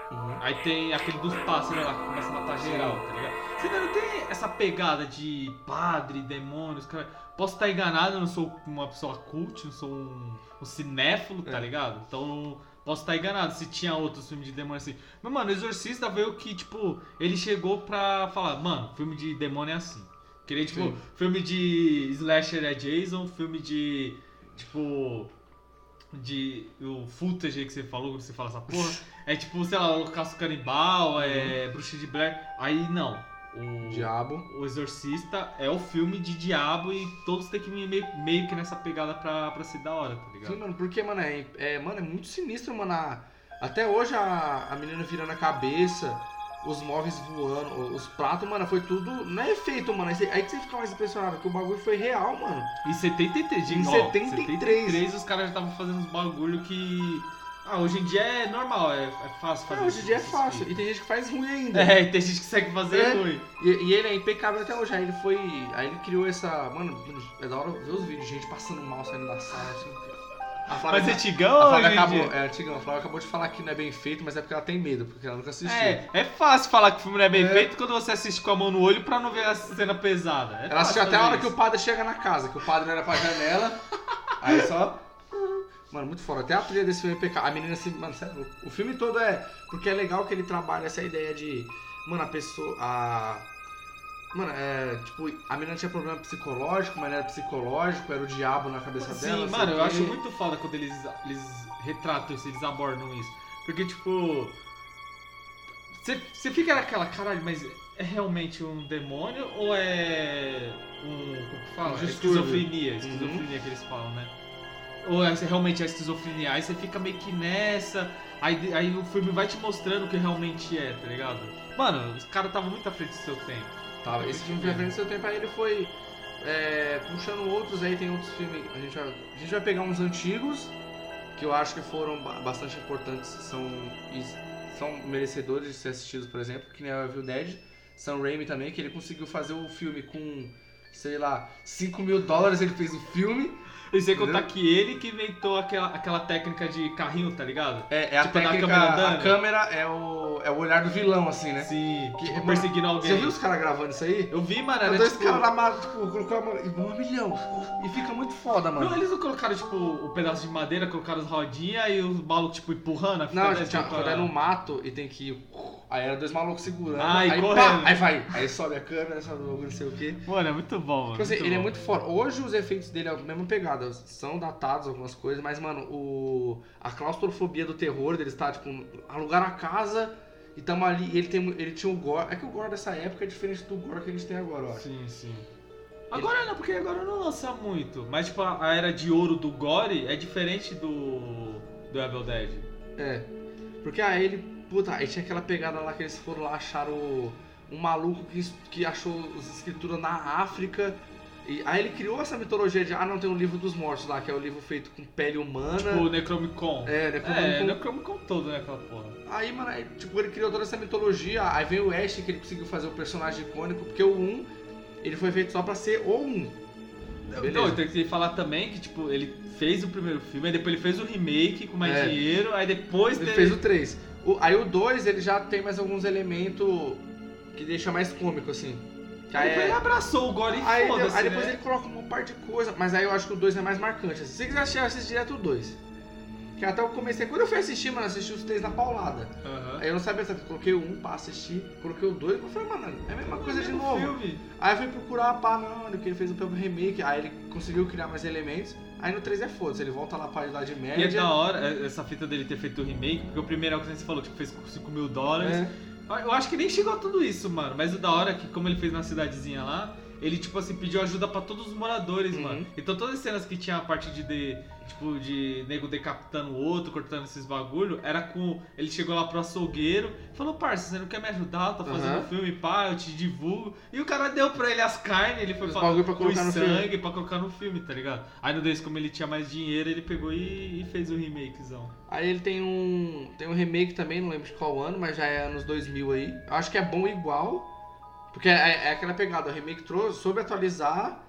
Uhum. Aí tem aquele dos pássaros lá que começa a matar geral, tá ligado? Você ainda não tem essa pegada de padre, demônios, cara. Posso estar enganado, eu não sou uma pessoa cult, não sou um, um cinéfilo, tá É. ligado? Então posso estar enganado se tinha outros filmes de demônio assim. Mas, mano, o Exorcista veio que, tipo, ele chegou pra falar, mano, filme de demônio é assim. Queria, tipo, Sim. filme de slasher é Jason, filme de, tipo, de o footage aí que você falou, quando você fala essa porra, é tipo, sei lá, o Caço Canibal, é Bruxa de Blair, aí não. O, Diabo. o Exorcista é o filme de diabo e todos têm que vir meio, meio que nessa pegada pra, pra ser da hora, tá ligado? Sim, mano, porque, mano, é, é, mano, é muito sinistro, mano. a- até hoje a, a menina virando a cabeça, os móveis voando, os pratos, mano, foi tudo. Não é efeito, mano. Aí, você- aí que você fica mais impressionado, que o bagulho foi real, mano. Em setenta e três, Em ó, setenta e três. setenta e três os caras já estavam fazendo uns bagulho que. Ah, hoje em dia é normal, é, é fácil fazer É, hoje em dia é esses fácil. filmes. E tem gente que faz ruim ainda. É, e tem gente que consegue fazer É. ruim. E, e ele é impecável até hoje. Aí ele foi. Aí ele criou essa. Mano, é da hora ver os vídeos, gente passando mal saindo da sala, assim. A Flávia, Mas é tigão a ou Flávia hoje em acabou. dia? É, antigão. A Flávia acabou de falar que não é bem feito, mas é porque ela tem medo, porque ela nunca assistiu. É, é fácil falar que o filme não é bem É. feito quando você assiste com a mão no olho pra não ver a cena pesada. É Ela assistiu fácil até a hora fazer que o isso. padre chega na casa, que o padre não era pra janela. Aí só. Mano, muito foda. Até a trilha desse filme é impecável. A menina assim, mano, sério, o filme todo é. Porque é legal que ele trabalha essa ideia de. Mano, a pessoa. A. Mano, é. Tipo, a menina tinha problema psicológico, mas não era psicológico, era o diabo na cabeça dela. Sim, sei mano, o eu quê. acho muito foda quando eles, eles retratam isso, eles abordam isso. Porque, tipo. Você você fica naquela, caralho, mas é realmente um demônio ou é um. Como que fala? Um É distúrbio. esquizofrenia, Uhum. esquizofrenia que eles falam, né? Ou é realmente a esquizofrenia? Aí você fica meio que nessa. Aí, aí o filme vai te mostrando o que realmente é, tá ligado? Mano, os caras estavam muito à frente do seu tempo. Tava. Esse filme foi à frente do seu tempo, aí ele foi é, puxando outros, aí tem outros filmes. A gente, vai, a gente vai pegar uns antigos, que eu acho que foram ba- bastante importantes, são, e são merecedores de ser assistidos, por exemplo, que nem o Evil Dead. Sam Raimi também, que ele conseguiu fazer o filme com, sei lá, cinco mil dólares ele fez o filme. E sem contar Entendeu? que ele que inventou aquela, aquela técnica de carrinho, tá ligado? É, é a Tipo, na técnica, câmera a andando. câmera é o, é o olhar do vilão, assim, né? Sim, Que- tipo, mano, perseguindo alguém. Você viu os caras gravando isso aí? Eu vi, mano, Era era dois tipo... caras na mata, tipo, colocou a mão e um milhão. E fica muito foda, mano. Não, eles não colocaram, tipo, o pedaço de madeira, colocaram as rodinhas e os malucos, tipo, empurrando a fita Não, a dessa, gente tinha, tipo, quando é no mato e tem que ir. Aí era dois malucos segurando. Ah, e aí correndo. pá, aí vai. Aí sobe a câmera, sobe o bagulho, não sei o quê. Mano, é muito bom, mano. Tipo assim, ele é bom. muito foda. Hoje os efeitos dele é a mesma pegada. São datados algumas coisas, mas, mano, o. A claustrofobia do terror deles tá, tipo, alugaram a casa e tamo ali. E ele, tem, ele tinha o gore. É que o gore dessa época é diferente do gore que a gente tem agora, eu acho. Sim, sim. Agora não, porque agora não lança muito. Mas, tipo, a a era de ouro do Gore é diferente do. do Evil Dead. É. Porque aí ele. Puta, aí tinha aquela pegada lá que eles foram lá, acharam o- um maluco que, que achou as escrituras na África. E aí ele criou essa mitologia de, ah não, tem um livro dos mortos lá, que é o livro feito com pele humana. Tipo, o Necromicon. É, né? É, com- Necromicon todo, né, aquela porra. Aí, mano, aí, tipo, ele criou toda essa mitologia. Aí vem o Ash, que ele conseguiu fazer o personagem icônico, porque o um, ele foi feito só pra ser o um. Beleza. Não, tem que falar também que, tipo, ele fez o primeiro filme, aí depois ele fez o remake com mais É. dinheiro, aí depois Ele teve... fez o três. O, aí o dois, ele já tem mais alguns elementos que deixa mais cômico, assim. Que Aí aí depois ele é- abraçou o Gore e Aí, de- foda-se, aí depois né? ele coloca uma parte de coisa, mas aí eu acho que o dois é mais marcante. assim. Se você quiser assistir, assiste direto o dois. Que até eu comecei, quando eu fui assistir, mano, eu assisti os três na paulada. Aham. Aí eu não sabia, sabe? Coloquei o um pra assistir, coloquei o dois, eu falei, mano, é a mesma coisa de Mesmo novo. filme. Aí eu fui procurar, pá, não, que ele fez o próprio remake, aí ele conseguiu criar mais elementos. Aí no três é foda-se, ele volta lá pra Idade E é Média. da hora é, essa fita dele ter feito o remake, porque o primeiro é o que você falou, tipo, fez com cinco mil dólares. É. Eu acho que nem chegou a tudo isso, mano. Mas o da hora é que, como ele fez na cidadezinha lá, ele, tipo assim, pediu ajuda pra todos os moradores, Uhum. mano. Então todas as cenas que tinha a parte de, de, tipo, de nego decapitando o outro, cortando esses bagulho, era com... Ele chegou lá pro açougueiro e falou, parça, você não quer me ajudar? Eu tô fazendo Uhum. um filme, pá, eu te divulgo. E o cara deu pra ele as carnes, ele foi Os pra, bagulho pra os colocar no sangue filme. pra colocar no filme, tá ligado? Aí no desse, como ele tinha mais dinheiro, ele pegou e, e fez o remakezão. Aí ele tem um. Tem um remake também, não lembro de qual ano, mas já é anos dois mil aí. Eu acho que é bom igual. Porque é, é aquela pegada, o remake trouxe, soube atualizar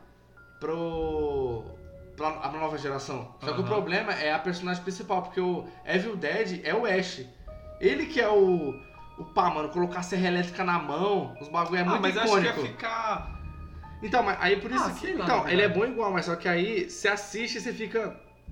pro. pra a nova geração. Só que o Aham. problema é a personagem principal, porque o Evil Dead é o Ash. Ele que é o... O pá, mano, colocar a serra elétrica na mão, os bagulho é Ah, muito mas icônico. acho que ia ficar... Então, mas aí por isso Ah, que... sei lá, Então, na ele é verdade. bom igual, mas só que aí você assiste e você fica...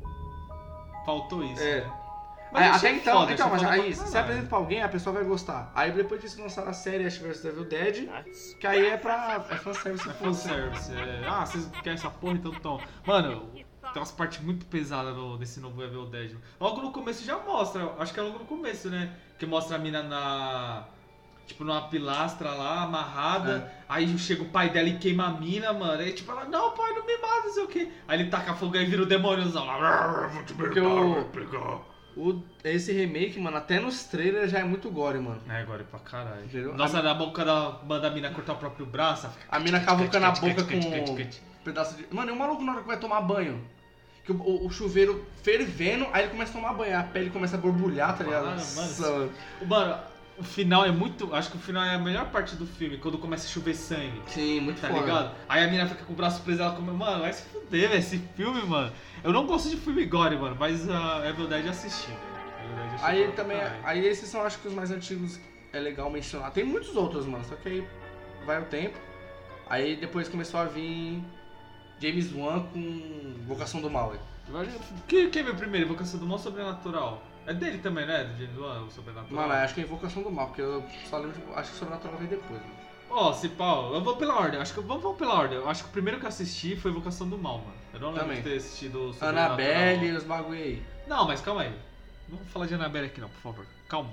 Faltou isso. É. né? Aí, eu até achei então, foda, então, achei mas foda aí pra se você caralho. apresenta pra alguém, a pessoa vai gostar. Aí depois disso lançaram a série Ash versus. Evil Dead, que aí é pra... É fanservice. É full. fanservice. É... Ah, vocês querem essa porra, então toma. Mano, tem umas partes muito pesadas no, nesse novo Evil Dead. Logo no começo já mostra, acho que é logo no começo, né? Que mostra a mina na... Tipo, numa pilastra lá, amarrada. É. Aí chega o pai dela e queima a mina, mano. Aí tipo, ela, não, pai, não me mata, não sei o quê. Aí ele taca fogo e vira o demôniozão lá. Vou te Porque o, o, esse remake, mano, até nos trailers já é muito gore, mano. É, agora é pra caralho. Entendeu? Nossa, na boca da, manda a mina cortar o próprio braço. Fica... A mina cavucando a boca com um pedaço de... Mano, e o maluco na hora que vai tomar banho? Que o, o, o chuveiro fervendo, aí ele começa a tomar banho. A pele começa a borbulhar, tá ligado? Ah, Nossa, mano. Mano, o final é muito... Acho que o final é a melhor parte do filme, quando começa a chover sangue. Sim, muito Tá foda. ligado? Aí a mina fica com o braço preso, ela come... Mano, vai se fuder, velho, esse filme, mano. Eu não gosto de filme gore, mano, mas a uh, Evil Dead eu assisti, velho. Evil Dead eu assisti Aí pra também, caralho. aí esses são acho que os mais antigos, é legal mencionar. Tem muitos outros, mano, só que aí vai o tempo. Aí depois começou a vir James Wan com Vocação do Mal. Aí. Que, quem veio primeiro? Invocação do Mal ou Sobrenatural? É dele também, né? Do James Wan, o Sobrenatural? Mano, acho que é Invocação do Mal, porque eu só lembro, de, acho que o Sobrenatural veio depois, mano. Ó, oh, se pau, eu vou pela ordem, acho que vamos, vamos pela ordem. Eu acho que o primeiro que eu assisti foi Invocação do Mal, mano. Eu não lembro Também. de ter assistido o Sobrenatural. Annabelle e os bagulho aí. Não, mas calma aí. Não vou falar de Annabelle aqui não, por favor. Calma.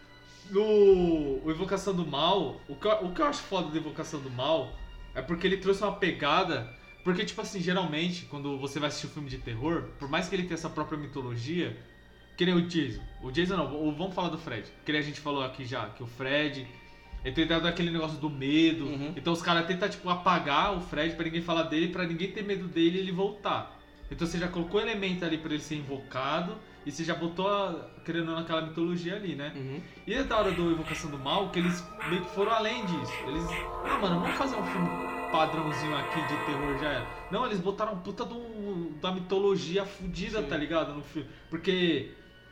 No o Invocação do Mal, o que, eu, o que eu acho foda do Invocação do Mal é porque ele trouxe uma pegada. Porque, tipo assim, geralmente, quando você vai assistir um filme de terror, por mais que ele tenha essa própria mitologia, que nem o Jason. O Jason não, ou vamos falar do Fred. Que nem a gente falou aqui já, que o Fred. Ele tem dado aquele negócio do medo. Uhum. Então os caras tentam, tipo, apagar o Fred pra ninguém falar dele, pra ninguém ter medo dele e ele voltar. Então você já colocou elemento ali pra ele ser invocado e você já botou, a, querendo naquela mitologia ali, né? Uhum. E é da hora do Invocação do Mal que eles meio que foram além disso. Eles, ah, mano, vamos fazer um filme padrãozinho aqui de terror, já era. Não, eles botaram um puta do, da mitologia fudida, Sim. tá ligado? No filme. Porque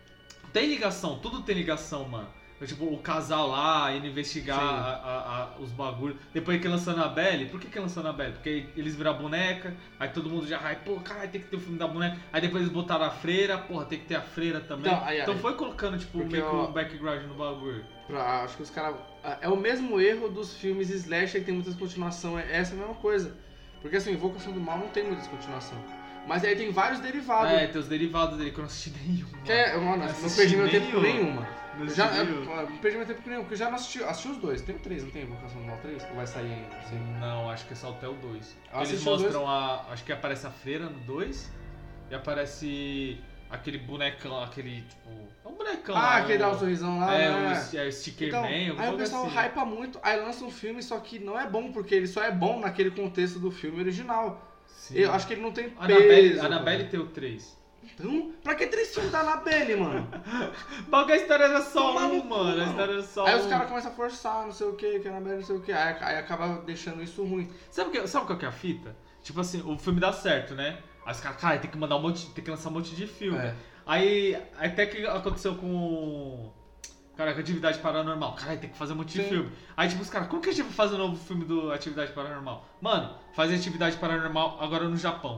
tem ligação, tudo tem ligação, mano. Tipo, o casal lá, indo investigar Sim. a, a, a, os bagulhos. Depois que lançou a Annabelle, por que que lançou a Annabelle? Porque eles viram a boneca, aí todo mundo já, ai, pô, caralho, tem que ter o filme da boneca. Aí depois eles botaram a freira, porra, tem que ter a freira também. Então, aí, então aí. foi colocando, tipo, Porque, meio que ó, um background no bagulho. Pra, acho que os caras. É o mesmo erro dos filmes slasher que tem muitas continuações. É essa a mesma coisa. Porque assim, Invocação do Mal não tem muitas continuação. Mas aí tem vários derivados. É, tem os derivados dele que eu não assisti nenhum. Que é, mano, não assisti perdi meu tempo por nenhum. nenhuma. Não Eu assisti já, nenhum. eu, não perdi meu tempo por nenhum, porque eu já não assisti. Assisti os dois. Tem o três, não tem Invocação do Mal três? Ou vai sair ainda? Não sei. Não, acho que é só até o dois. Ah, Eles assisti o dois. mostram a. Acho que aparece a freira no dois. E aparece aquele bonecão, aquele tipo. É um bonecão Ah, lá. aquele o- dá um sorrisão lá. É, né? o, é o Sticker Então, Man, aí alguma o coisa pessoal assim. hypa muito, aí lança um filme, só que não é bom, porque ele só é bom naquele contexto do filme original. Sim. Eu acho que ele não tem A peso. Annabelle, a Annabelle tem o três. Então, pra que três filmes da Annabelle, mano? Porque a história era só Toma no um, cu, mano. A mano. história era só Aí um. os caras começam a forçar, não sei o que, que a Annabelle não sei o que, aí, aí acaba deixando isso ruim. Sabe, o que, sabe qual que é a fita? Tipo assim, o filme dá certo, né? Aí os caras, cara, tem que mandar um monte, tem que lançar um monte de filme. É. Aí, até que aconteceu com. Cara, com Atividade Paranormal. Caralho, tem que fazer um monte de Sim. filme. Aí, tipo, os caras, como que a gente vai fazer um novo filme do Atividade Paranormal? Mano, faz Atividade Paranormal agora no Japão.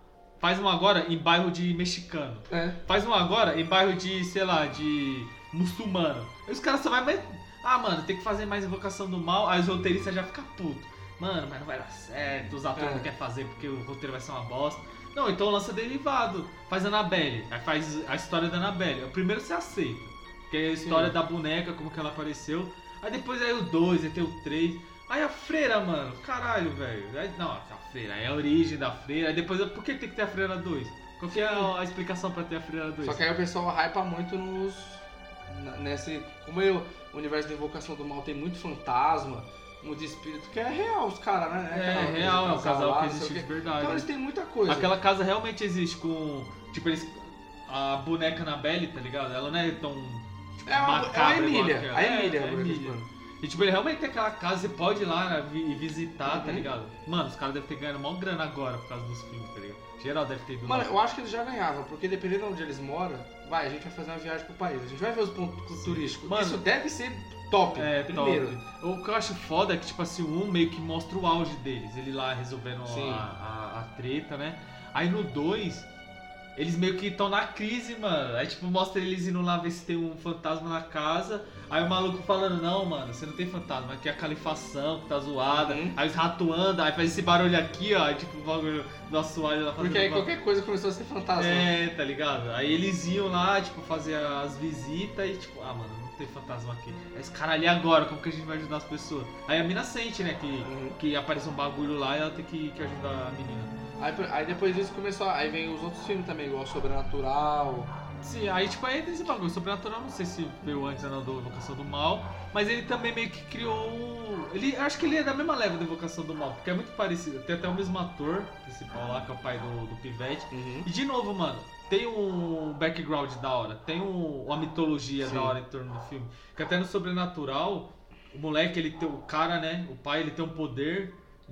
Faz um agora em bairro de mexicano. É. Faz um agora em bairro de, sei lá, de muçulmano. Aí os caras só vai mais. Ah, mano, tem que fazer mais Invocação do Mal. Aí os roteiristas já ficam putos. Mano, mas não vai dar certo. Os atores É. não querem fazer porque o roteiro vai ser uma bosta. Não, então lança derivado. Faz Annabelle. Aí faz a história da Annabelle. O primeiro você aceita. Que é a história Sim. da boneca, como que ela apareceu. Aí depois aí o dois, aí tem o três. Aí a freira, mano. Caralho, velho. Aí- Não, a freira. Aí é a origem da freira. Aí depois, por que tem que ter a freira dois? Qual que é a, a explicação pra ter a freira dois? Só que aí o pessoal hypa muito nos. na- Nesse. Como eu, o universo da Invocação do Mal tem muito fantasma, muito espírito, que é real, os caras, né? É, Aquela coisa, real, é um casal lá, que não sei existe o de quê. verdade. Então eles têm muita coisa. Aquela casa realmente existe com. Tipo, eles. A boneca Annabelle, tá ligado? Ela não é tão. Tipo, É uma, é uma macabra igual Emília. aquela. A É, Emília, é a por Emília. exemplo. E tipo, ele realmente tem aquela casa, você pode ir lá e visitar, Uhum. tá ligado? Mano, os caras devem ter ganhado mó grana agora por causa dos filmes, tá ligado? Geral deve ter ido Mano, lá. eu acho que eles já ganhavam, porque dependendo de onde eles moram, vai, a gente vai fazer uma viagem pro país, a gente vai ver os pontos turísticos. Mano, isso deve ser top, É, primeiro. top. O que eu acho foda é que, tipo assim, o um meio que mostra o auge deles. Ele lá resolvendo Sim. a, a, a treta, né? Aí no dois, eles meio que estão na crise, mano. Aí, tipo, mostra eles indo lá ver se tem um fantasma na casa. Aí o maluco falando, não, mano, você não tem fantasma, aqui é a califação que tá zoada. Uhum. Aí os ratos andam, aí faz esse barulho aqui, ó. Aí, tipo, o bagulho do assoalho lá fazendo. Porque aí uma- qualquer coisa começou a ser fantasma. É, tá ligado? Aí eles iam lá, tipo, fazer as visitas e, tipo, ah, mano, não tem fantasma aqui. Aí esse cara ali agora, como que a gente vai ajudar as pessoas? Aí a mina sente, né, que, Uhum. que aparece um bagulho lá e ela tem que, que ajudar a menina. Aí, aí depois disso começou, aí vem os outros filmes também, igual Sobrenatural. Sim, aí, tipo, aí entra esse bagulho. Sobrenatural, não sei se veio antes ou não do Invocação do Mal, mas ele também meio que criou. Ele, eu acho que ele é da mesma leva da Invocação do Mal, porque é muito parecido. Tem até o mesmo ator principal lá, que é o pai do, do Pivete. Uhum. E de novo, mano, tem um background da hora, tem um, uma mitologia Sim. da hora em torno do filme. Que até no Sobrenatural, o moleque, ele tem, o cara, né, o pai, ele tem um poder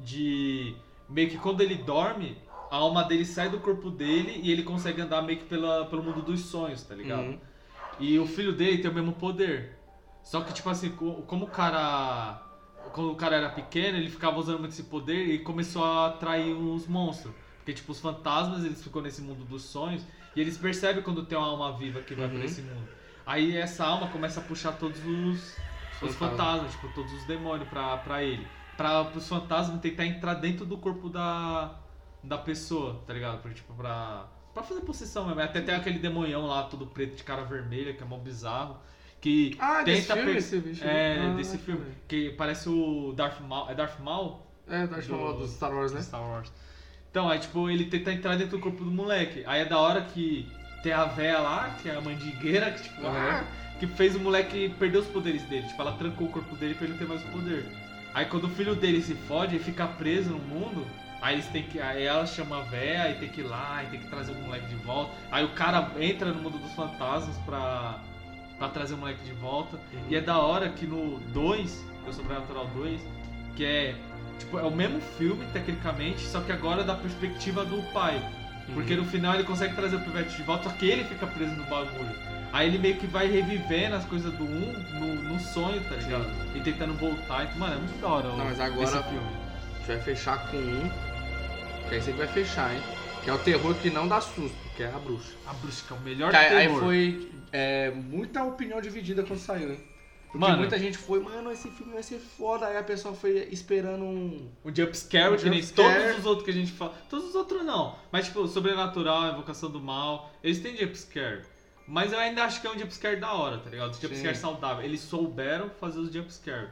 de meio que quando ele dorme, a alma dele sai do corpo dele e ele consegue andar meio que pela, pelo mundo dos sonhos, tá ligado? Uhum. E o filho dele tem o mesmo poder. Só que, tipo assim, co- como o cara. Quando o cara era pequeno, ele ficava usando muito esse poder e começou a atrair os monstros. Porque, tipo, os fantasmas, eles ficam nesse mundo dos sonhos e eles percebem quando tem uma alma viva que vai Uhum. pra esse mundo. Aí essa alma começa a puxar todos os, os Fantasma. fantasmas, tipo, todos os demônios pra, pra ele. Pra os fantasmas tentar entrar dentro do corpo da, da pessoa, tá ligado? Pra, tipo, pra, pra fazer possessão mesmo. Até tem aquele demonhão lá, todo preto de cara vermelha, que é mó bizarro. Que Ah, desse tenta filme pe- esse bicho? É, Ah, desse filme. também. Que parece o Darth Maul. É Darth Maul? É, da do... do Star Wars, né? Star Wars. Então, aí tipo, ele tenta entrar dentro do corpo do moleque. Aí é da hora que tem a véia lá, que é a mandingueira, que tipo, Uhum. ah, que fez o moleque perder os poderes dele. Tipo, ela trancou o corpo dele pra ele não ter mais o poder. Aí quando o filho dele se fode e fica preso no mundo, aí eles têm que. Aí ela chama a véia e tem que ir lá e tem que trazer o moleque de volta. Aí o cara entra no mundo dos fantasmas pra, pra trazer o moleque de volta. Uhum. E é da hora que no dois, que é o Sobrenatural dois, que é. Tipo, é o mesmo filme, tecnicamente, só que agora da perspectiva do pai. Porque Uhum. no final ele consegue trazer o pivete de volta, só que ele fica preso no bagulho. Aí ele meio que vai revivendo as coisas do um no, no sonho, tá ligado? E tentando voltar. Então, mano, é muito da hora Não, mas esse agora- filme. A gente vai fechar com um, que aí você que vai fechar, hein? Que é o terror que não dá susto, que é a bruxa. A bruxa, que é o melhor Que aí, aí terror. foi é, muita opinião dividida quando saiu, hein? Porque Mano. muita gente foi, mano, esse filme vai ser foda. Aí a pessoa foi esperando um. O jumpscare, O que nem jumpscare. todos os outros que a gente fala. Todos os outros não. Mas, tipo, Sobrenatural, Invocação do Mal, eles têm jumpscare. Mas eu ainda acho que é um jumpscare da hora, tá ligado? Jumpscare Sim. saudável. Eles souberam fazer os jumpscare.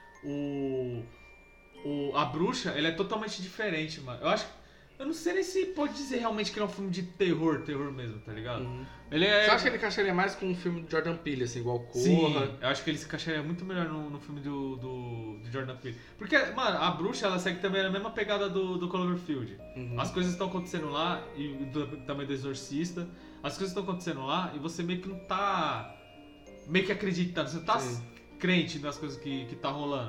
O, o. A bruxa, ele é totalmente diferente, mano. Eu acho que. Eu não sei nem se pode dizer realmente que ele é um filme de terror, terror mesmo, tá ligado? Uhum. Ele é. Você acha que ele encaixaria mais com um filme do Jordan Peele, assim, igual Corra? Sim, eu acho que ele se encaixaria muito melhor no, no filme do, do, do Jordan Peele. Porque, mano, a bruxa, ela segue também a mesma pegada do, do Cloverfield. Uhum. As coisas estão acontecendo lá, e do, também do Exorcista, as coisas estão acontecendo lá, e você meio que não tá meio que acreditando, você não tá Sim. crente nas coisas que, que tá rolando.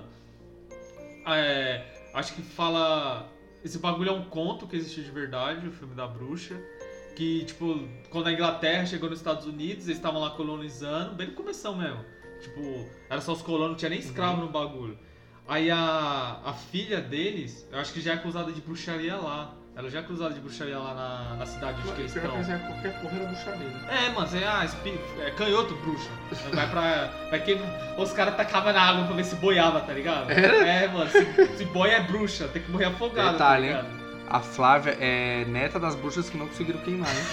É, acho que fala... Esse bagulho é um conto que existiu de verdade, o filme da bruxa. Que, tipo, quando a Inglaterra chegou nos Estados Unidos, eles estavam lá colonizando, bem no começão mesmo. Tipo, era só os colonos, não tinha nem escravo no bagulho. Aí a, a filha deles, eu acho que já é acusada de bruxaria lá. Ela já é acusada de bruxaria lá na, na cidade onde que eles Pior que estão. é qualquer porra era bruxaria, né? É, mano, você, ah, espi- é, canhoto bruxa. Vai pra. Vai que os caras tacavam na água pra ver se boiava, tá ligado? É, mano, se, se boia é bruxa, tem que morrer afogado. Detalhe, tá hein? ligado? A Flávia é neta das bruxas que não conseguiram queimar, hein?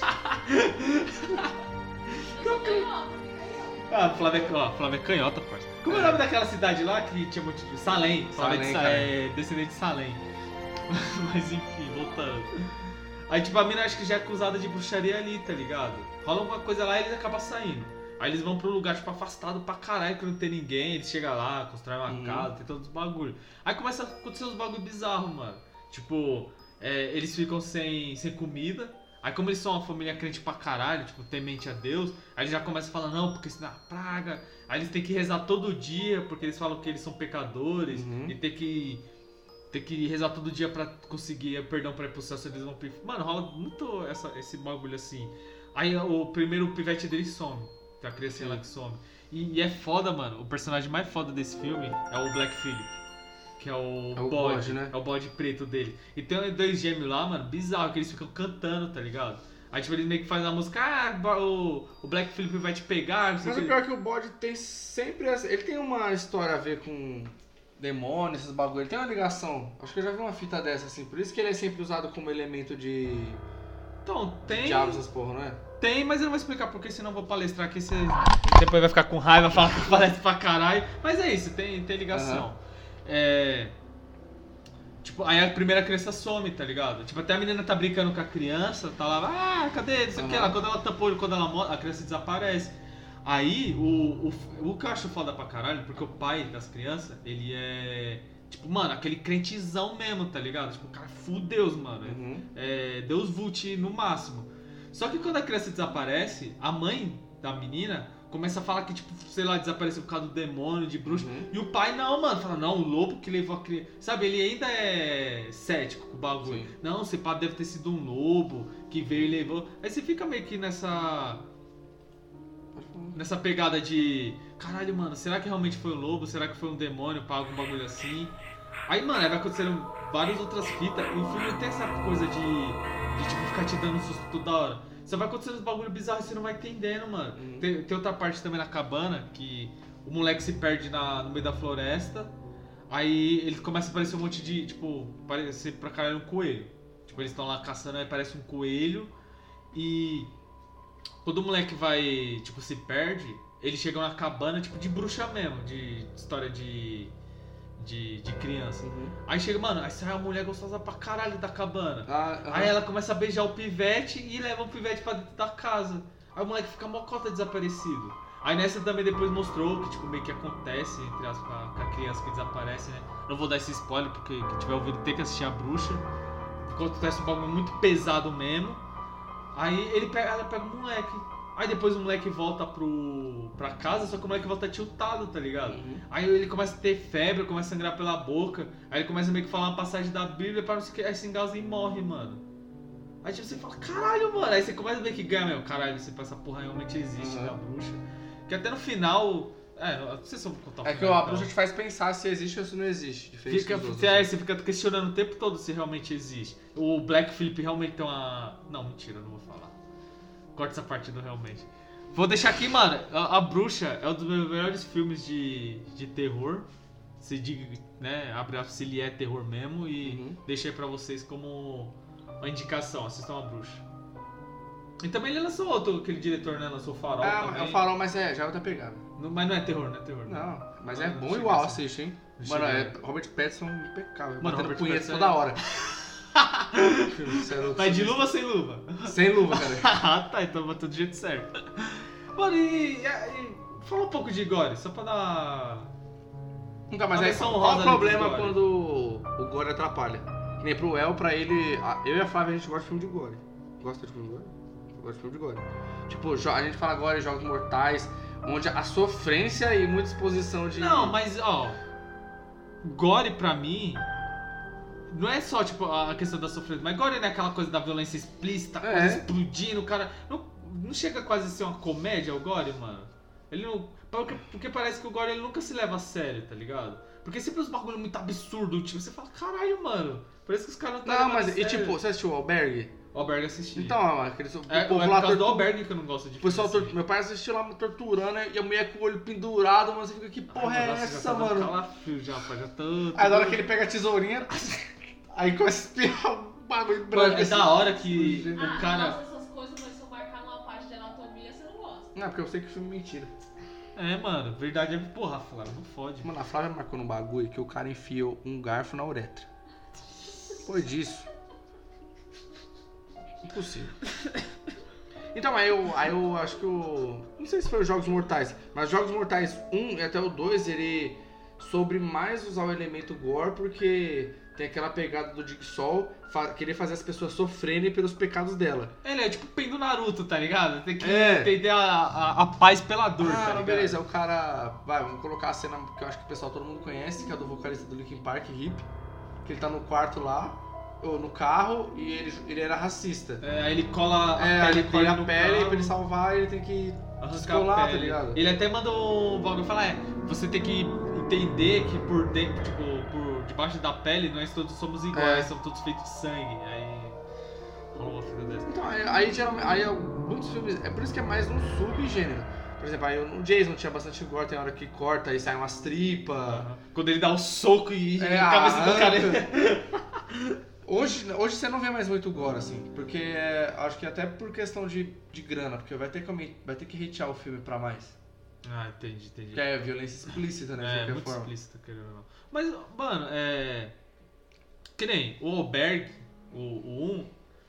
Ah, Flávia, ó, Flávia é canhota, parça. Como é o nome daquela cidade lá que tinha muito de Salem? Flávia de Salem, Sa- cara. é descendente de Salem. Mas enfim, voltando. Aí tipo, a mina acho que já é acusada de bruxaria ali, tá ligado? Rola alguma coisa lá e eles acabam saindo. Aí eles vão pro lugar, tipo, afastado pra caralho, que não tem ninguém. Eles chegam lá, constroem uma Uhum. casa, tem todos os bagulhos. Aí começa a acontecer uns bagulho bizarros, mano. Tipo, é, eles ficam sem, sem comida. Aí como eles são uma família crente pra caralho, tipo, temente a Deus, aí eles já começam a falar, não, porque isso não é uma praga. Aí eles têm que rezar todo dia, porque eles falam que eles são pecadores, Uhum. e tem que, tem que rezar todo dia pra conseguir perdão pra ir pro céu, se eles vão... Mano, rola muito essa, esse bagulho assim. Aí o primeiro pivete dele some, que é a criancinha lá que some. E, e é foda, mano, o personagem mais foda desse filme é o Black Phillip. Que é o, É o bode, bode, né? É o bode preto dele. E tem dois gêmeos lá, mano, bizarro, que eles ficam cantando, tá ligado? Aí tipo, eles meio que fazem a música, ah, o, o Black Phillip vai te pegar, não sei Mas o o que. pior é que o bode tem sempre essa... Ele tem uma história a ver com demônio, esses bagulho. Ele tem uma ligação. Acho que eu já vi uma fita dessa, assim. Por isso que ele é sempre usado como elemento de... Então, tem... diabos, essas porra, não é? Tem, mas eu não vou explicar porque senão eu vou palestrar aqui, você depois vai ficar com raiva, falar que palestra pra caralho. Mas é isso, tem, tem ligação. Uhum. É... Tipo, aí a primeira criança some, tá ligado? Tipo, até a menina tá brincando com a criança, tá lá, ah, cadê? Não sei o que Uhum. lá. Quando ela tampou, quando ela morre, a criança desaparece. Aí, o, o, o que eu acho foda pra caralho, porque o pai das crianças, ele é... Tipo, mano, aquele crentezão mesmo, tá ligado? Tipo, o cara full Deus, mano. Uhum. É Deus Vult no máximo. Só que quando a criança desaparece, a mãe da menina começa a falar que, tipo, sei lá, desapareceu por causa do demônio, de bruxa. Uhum. E o pai não, mano, fala, não, o lobo que levou a criança. Sabe, ele ainda é cético com o bagulho. Sim. Não, esse pai deve ter sido um lobo que veio e levou. Aí você fica meio que nessa. Nessa pegada de. Caralho, mano, será que realmente foi um lobo? Será que foi um demônio pra algum bagulho assim? Aí, mano, aí vai acontecendo várias outras fitas. E o filme tem essa coisa de. de tipo, ficar te dando um susto toda hora. Só vai acontecendo uns bagulho bizarro e você não vai entendendo, mano. Uhum. Tem, tem outra parte também na cabana que o moleque se perde na, no meio da floresta. Aí ele começa a aparecer um monte de. Tipo, parece pra caralho um coelho. Tipo, eles estão lá caçando, aí parece um coelho. E. Quando o moleque vai, tipo, se perde, eles chegam na cabana, tipo, de bruxa mesmo, de história de, de, de criança. Uhum. Aí chega, mano, aí sai uma mulher gostosa pra caralho da cabana. Ah, uhum. Aí ela começa a beijar o pivete e leva o pivete pra dentro da casa. Aí o moleque fica mocota desaparecido. Aí nessa também depois mostrou que, tipo, meio que acontece, entre as, com, a, com a criança que desaparece, né? Não vou dar esse spoiler, porque quem tiver ouvido tem que assistir a bruxa. Acontece um bagulho muito pesado mesmo. Aí ele pega, ela pega o moleque. Aí depois o moleque volta pro, pra casa, só que o moleque volta tiltado, tá ligado? Uhum. Aí ele começa a ter febre, começa a sangrar pela boca. Aí ele começa meio que falar uma passagem da Bíblia pra não sei o que. Aí se engasga e morre, mano. Aí tipo, você fala, caralho, mano. Aí você começa a ver que ganha, meu. Caralho, essa porra realmente existe, Uhum. da bruxa. Que até no final. É, não sei se eu vou contar o É que final, a então. bruxa te faz pensar se existe ou se não existe. Diferente Fica, dos outros, você, é, né? você fica questionando o tempo todo se realmente existe. O Black Phillip realmente tem uma... Não, mentira, eu não vou falar. Corta essa parte do realmente. Vou deixar aqui, mano. A, a Bruxa é um dos meus melhores filmes de, de terror. Se diga, né? Abre aspas, se ele é terror mesmo. E Uhum. deixei pra vocês como uma indicação. Assistam a Bruxa. E também ele lançou outro, aquele diretor, né? Lançou Farol Ah, também. é o farol, mas é, já é outra pegada. Não- Mas não é terror, não é terror. Não, mas Não, é não bom chega igual, assim. assiste, hein? Não Mano, chega. é Robert Pattinson impecável. Mano, Batendo Robert punheta Pattinson toda é- hora. Você é louco, Vai de você- luva ou sem luva? Sem luva, cara. Ah, tá, então bateu do jeito certo. Mano, e, e, e fala um pouco de Gore, só pra dar. Então, mas A aí versão qual rosa o ali problema do Gore. quando o Gore atrapalha? Que nem pro El, pra ele... a- Eu e a Flávia, a gente gosta de filme de Gore. Gosta de filme de Gore? Eu gosto de filme de Gore. Tipo, jo- a gente fala Gore, Jogos Mortais, onde a sofrência e muita exposição de... Não, mas ó. Gore pra mim. Não é só tipo a questão da sofrência, mas Gore não é aquela coisa da violência explícita, É. coisa explodindo, o cara. Não, não chega quase a ser uma comédia o Gore, mano. Ele não. Porque, porque parece que o Gore ele nunca se leva a sério, tá ligado? Porque sempre os bagulho muito absurdo, tipo, você fala, caralho, mano. Parece que os caras não estão Não, levando mas a e sério. tipo, você assistiu o Albergue? O Albergue assisti. Então, aqueles, o é, povo é por lá causa do tortu- Albergue que eu não gosto de O pessoal, filme tor- assim. meu pai assistiu lá torturando e a mulher com o olho pendurado, mas você fica, que porra Ai, é nossa, já essa, tá dando mano? calafrio já, pá, já tô... Aí na hora que ele pega a tesourinha, aí começa a espirrar um bagulho branco. Mano, é assim. da hora que Ah, o cara... nossa, essas coisas, mas se eu marcar numa parte de anatomia, você não gosta. Não, porque eu sei que o filme é mentira. É, mano, verdade é... Porra, Flávio, não fode. Mano, a Flávia marcou num bagulho que o cara enfiou um garfo na uretra. Depois disso. Impossível. Então, aí eu, aí eu acho que o... Não sei se foi os Jogos Mortais, mas os Jogos Mortais um e até o dois, ele sobre mais usar o elemento gore, porque tem aquela pegada do Jigsaw, fa- querer fazer as pessoas sofrerem pelos pecados dela. Ele é tipo o Pen do Naruto, tá ligado? Tem que É. entender a, a, a paz pela dor, Ah, tá não, ligado? beleza, é o cara... Vai, vamos colocar a cena que eu acho que o pessoal todo mundo conhece, que é do vocalista do Linkin Park, Hip, que ele tá no quarto lá, ou no carro, e ele, ele era racista. É, aí ele cola a É, pele ele colhe dele a no pele, carro, pra ele salvar, ele tem que arrancar descolar, a tá pele. ligado? Ele até manda um bagulho e fala, é, você tem que entender que por dentro, tipo, por debaixo da pele, nós todos somos iguais, É. somos todos feitos de sangue. Aí rolou uma fita dessa. Então, aí, aí geralmente, aí muitos filmes, é por isso que é mais um subgênero. Por exemplo, aí no Jason tinha bastante gore, tem hora que corta e sai umas tripas. Aham. Quando ele dá um soco e É, a cabeça do cara... arranca. Hoje, hoje você não vê mais muito gore, assim, porque é, acho que até por questão de, de grana, porque vai ter, que, vai ter que hatear o filme pra mais. Ah, entendi, entendi. Porque é violência explícita, né, de É, qualquer muito forma. explícita, querendo ou não. Mas, mano, é... Que nem o Albergue, o, o um...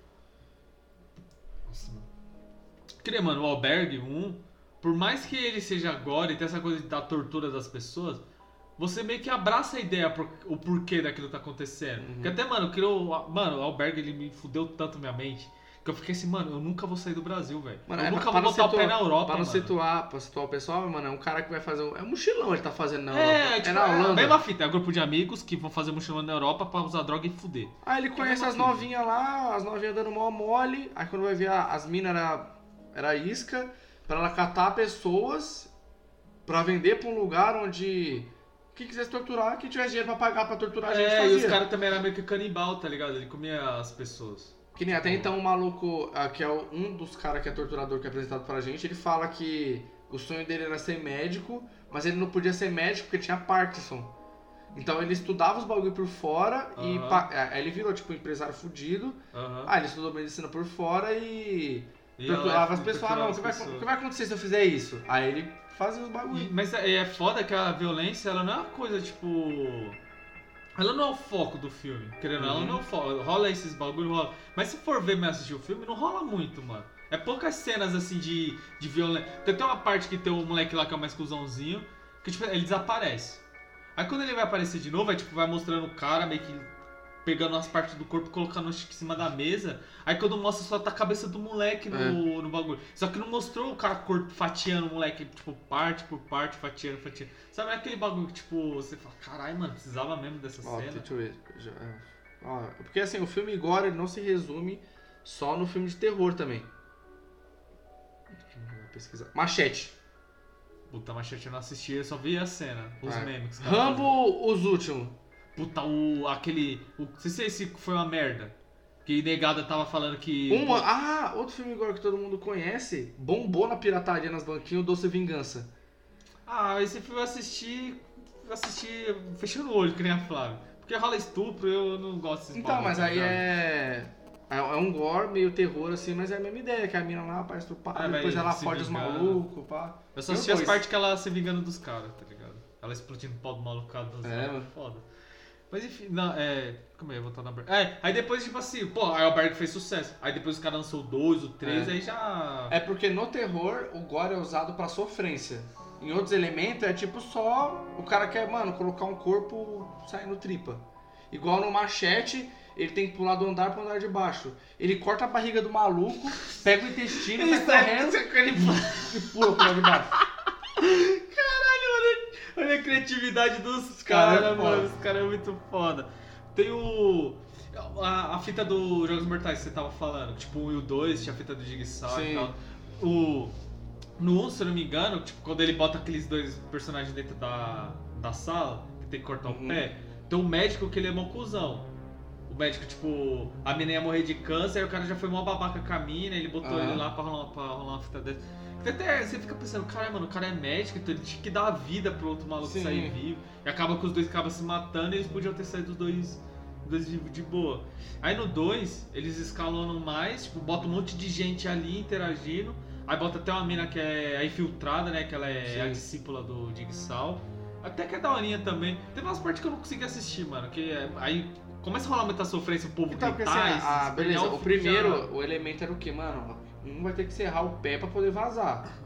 Nossa, mano. Que nem, mano, o Albergue, o um... Por mais que ele seja agora e tenha essa coisa da tortura das pessoas, você meio que abraça a ideia, por, o porquê daquilo tá acontecendo. Uhum. Porque até, mano, criou... Mano, o Albergue, ele me fudeu tanto minha mente, que eu fiquei assim, mano, eu nunca vou sair do Brasil, velho. Mano, Eu é, nunca pra vou não botar o situar- pé na Europa, Pra não mano. situar, pra situar o pessoal, mano, é um cara que vai fazer um... É um mochilão ele tá fazendo na É, Europa. tipo, é na é a Holanda. mesma fita, é um grupo de amigos que vão fazer mochilão na Europa pra usar droga e fuder. Aí ele conhece mesma as fita. novinhas lá, as novinhas dando mó mole. Aí quando vai ver a- as minas era, era isca, pra ela catar pessoas pra vender pra um lugar onde quem quisesse torturar, quem tivesse dinheiro pra pagar pra torturar a gente É, fazia. e os caras também eram meio que canibal, tá ligado? Ele comia as pessoas. Que nem até então o maluco, ah, que é o- um dos caras que é torturador que é apresentado pra gente, ele fala que o sonho dele era ser médico, mas ele não podia ser médico porque tinha Parkinson. Então ele estudava os bagulho por fora e Aham. pa- aí ele virou tipo um empresário fudido. Aham. Ah, ele estudou medicina por fora e E ela torturava as torturava pessoas. Ah, não, o as que vai, pessoas. o que vai acontecer se eu fizer isso? Aí ele fazia os E- bagulho. mas é, é foda que a violência, ela não é uma coisa tipo. Ela não é o foco do filme, querendo ou não, ela não é o foco. Rola esses bagulho, rola. Mas se for ver mesmo assistir o filme, não rola muito, mano. É poucas cenas assim de, de violência. Tem até uma parte que tem o moleque lá que é mais cuzãozinho, que tipo, ele desaparece. Aí quando ele vai aparecer de novo, é tipo, vai mostrando o cara meio que pegando as partes do corpo e colocando em cima da mesa. Aí quando mostra, só tá a cabeça do moleque no, É. no bagulho. Só que não mostrou o cara cort- fatiando o moleque, tipo, parte por parte, fatiando, fatiando. Sabe aquele bagulho que, tipo, você fala, caralho, mano, precisava mesmo dessa Ó, cena. deixa eu ver. Já- é. Ó, porque assim, o filme Gore ele não se resume só no filme de terror também. Vou pesquisar. Machete. Puta, Machete eu não assisti, eu só vi a cena, os É. memes. que os caras Rambo, os últimos. faziam. Puta, o, aquele, o, não sei se esse foi uma merda. Que negada tava falando que... Uma, ah, outro filme Gore que todo mundo conhece. Bombou na pirataria nas banquinhas, o Doce Vingança. Ah, esse filme eu assisti, eu assisti fechando o olho, que nem a Flávia. Porque rola estupro, eu não gosto desses Então, bagulho, mas tá aí ligado? é... É é um gore meio terror assim, mas é a mesma ideia, que a mina lá pra estupar, Ah, depois vai ela se fode os vingando. malucos, pá. Eu só Tem assisti as dois. partes que ela se vingando dos caras, tá ligado? Ela explodindo o pau do malucado das É, outras, mano. foda. Mas enfim, não, é... Como é? Eu vou voltar na Berg. É, aí depois, tipo assim, pô, aí o Berg fez sucesso. Aí depois os caras lançou o dois, o três, É. aí já... É porque no terror o gore é usado pra sofrência. Em outros elementos é tipo só o cara quer, mano, colocar um corpo saindo tripa. Igual no Machete, ele tem que pular do andar pro andar de baixo. Ele corta a barriga do maluco, pega o intestino, sai correndo e pula pro andar de baixo. Caralho, olha, olha a criatividade dos cara é caras, foda. mano. Os caras é muito foda. Tem o... A, a fita dos Jogos Mortais que você tava falando. Tipo, o um e o dois, tinha a fita do Jigsaw Sim. e tal. O... No um, se eu não me engano, tipo, quando ele bota aqueles dois personagens dentro da, da sala, que tem que cortar Uhum. o pé, tem um médico que ele é mó cuzão. O médico, tipo, a menina ia morrer de câncer, aí o cara já foi mó babaca com a mina, ele botou Aham. ele lá pra rolar, pra rolar uma fita dessa. Até você fica pensando, cara, mano, o cara é médico, então ele tinha que dar a vida pro outro maluco Sim. sair vivo. E acaba que os dois acabam se matando e eles podiam ter saído os dois, os dois vivos de boa. Aí no dois, eles escalonam mais, tipo, bota um monte de gente ali interagindo. Aí bota até uma mina que é a infiltrada, né, que ela é Sim. a discípula do Jigsaw. Até que é daorinha também. Tem umas partes que eu não consegui assistir, mano, que é, aí começa a rolar muita sofrência, o povo Então, porque gritar, assim, e se ah, espelhar, beleza, o filme primeiro, já- o elemento era o que, mano? Um vai ter que serrar o pé pra poder vazar. Aham.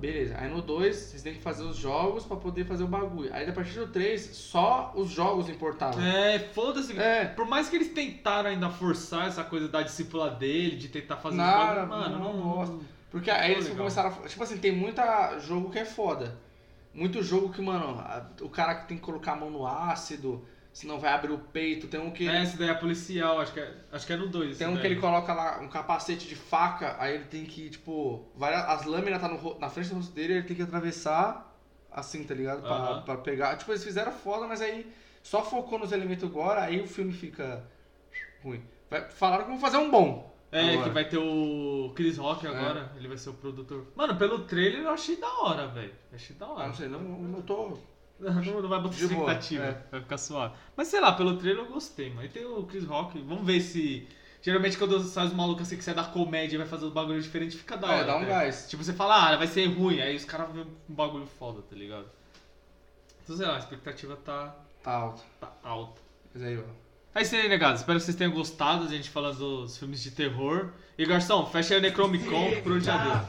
Beleza. Aí no dois, vocês têm que fazer os jogos pra poder fazer o bagulho. Aí a partir do três, só os jogos importavam. É, foda-se. É. Por mais que eles tentaram ainda forçar essa coisa da discípula dele, de tentar fazer os Nada, bagulho, mano, não, não, gosto. Porque aí eles legal. começaram a... Tipo assim, tem muita jogo que é foda. Muito jogo que, mano, a- o cara que tem que colocar a mão no ácido, senão vai abrir o peito. Tem um que... É, esse daí é policial, acho que é, acho que é no dois. Tem um que ele coloca lá um capacete de faca, aí ele tem que, tipo, várias, as lâminas tá no, ro- na frente do rosto dele, ele tem que atravessar assim, tá ligado? Pra, Aham. pra pegar. Tipo, eles fizeram foda, mas aí só focou nos elementos agora, aí o filme fica ruim. Vai- Falaram que vão fazer um bom. É, agora. que vai ter o Chris Rock agora, ele vai ser o produtor. Mano, pelo trailer eu achei da hora, velho. Achei da Ah, hora. não sei, não, não tô... Não, não vai botar De boa, expectativa, é. vai ficar suave. Mas sei lá, pelo trailer eu gostei, mano. E tem o Chris Rock, vamos ver se... Geralmente quando sai os malucos assim que sai da comédia e vai fazer um bagulho diferente, fica da hora. É, dá um até. gás. Tipo, você fala, ah, vai ser ruim, aí os caras vêem um bagulho foda, tá ligado? Então sei lá, a expectativa tá, Tá alto. tá alta. Mas aí, ó. É isso aí, negados. Espero que vocês tenham gostado, a gente falando dos filmes de terror. E garçom, fecha aí o Necromicon, por onde já deu.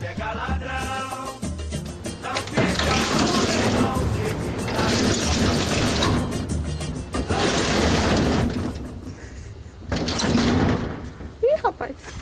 Ih, rapaz.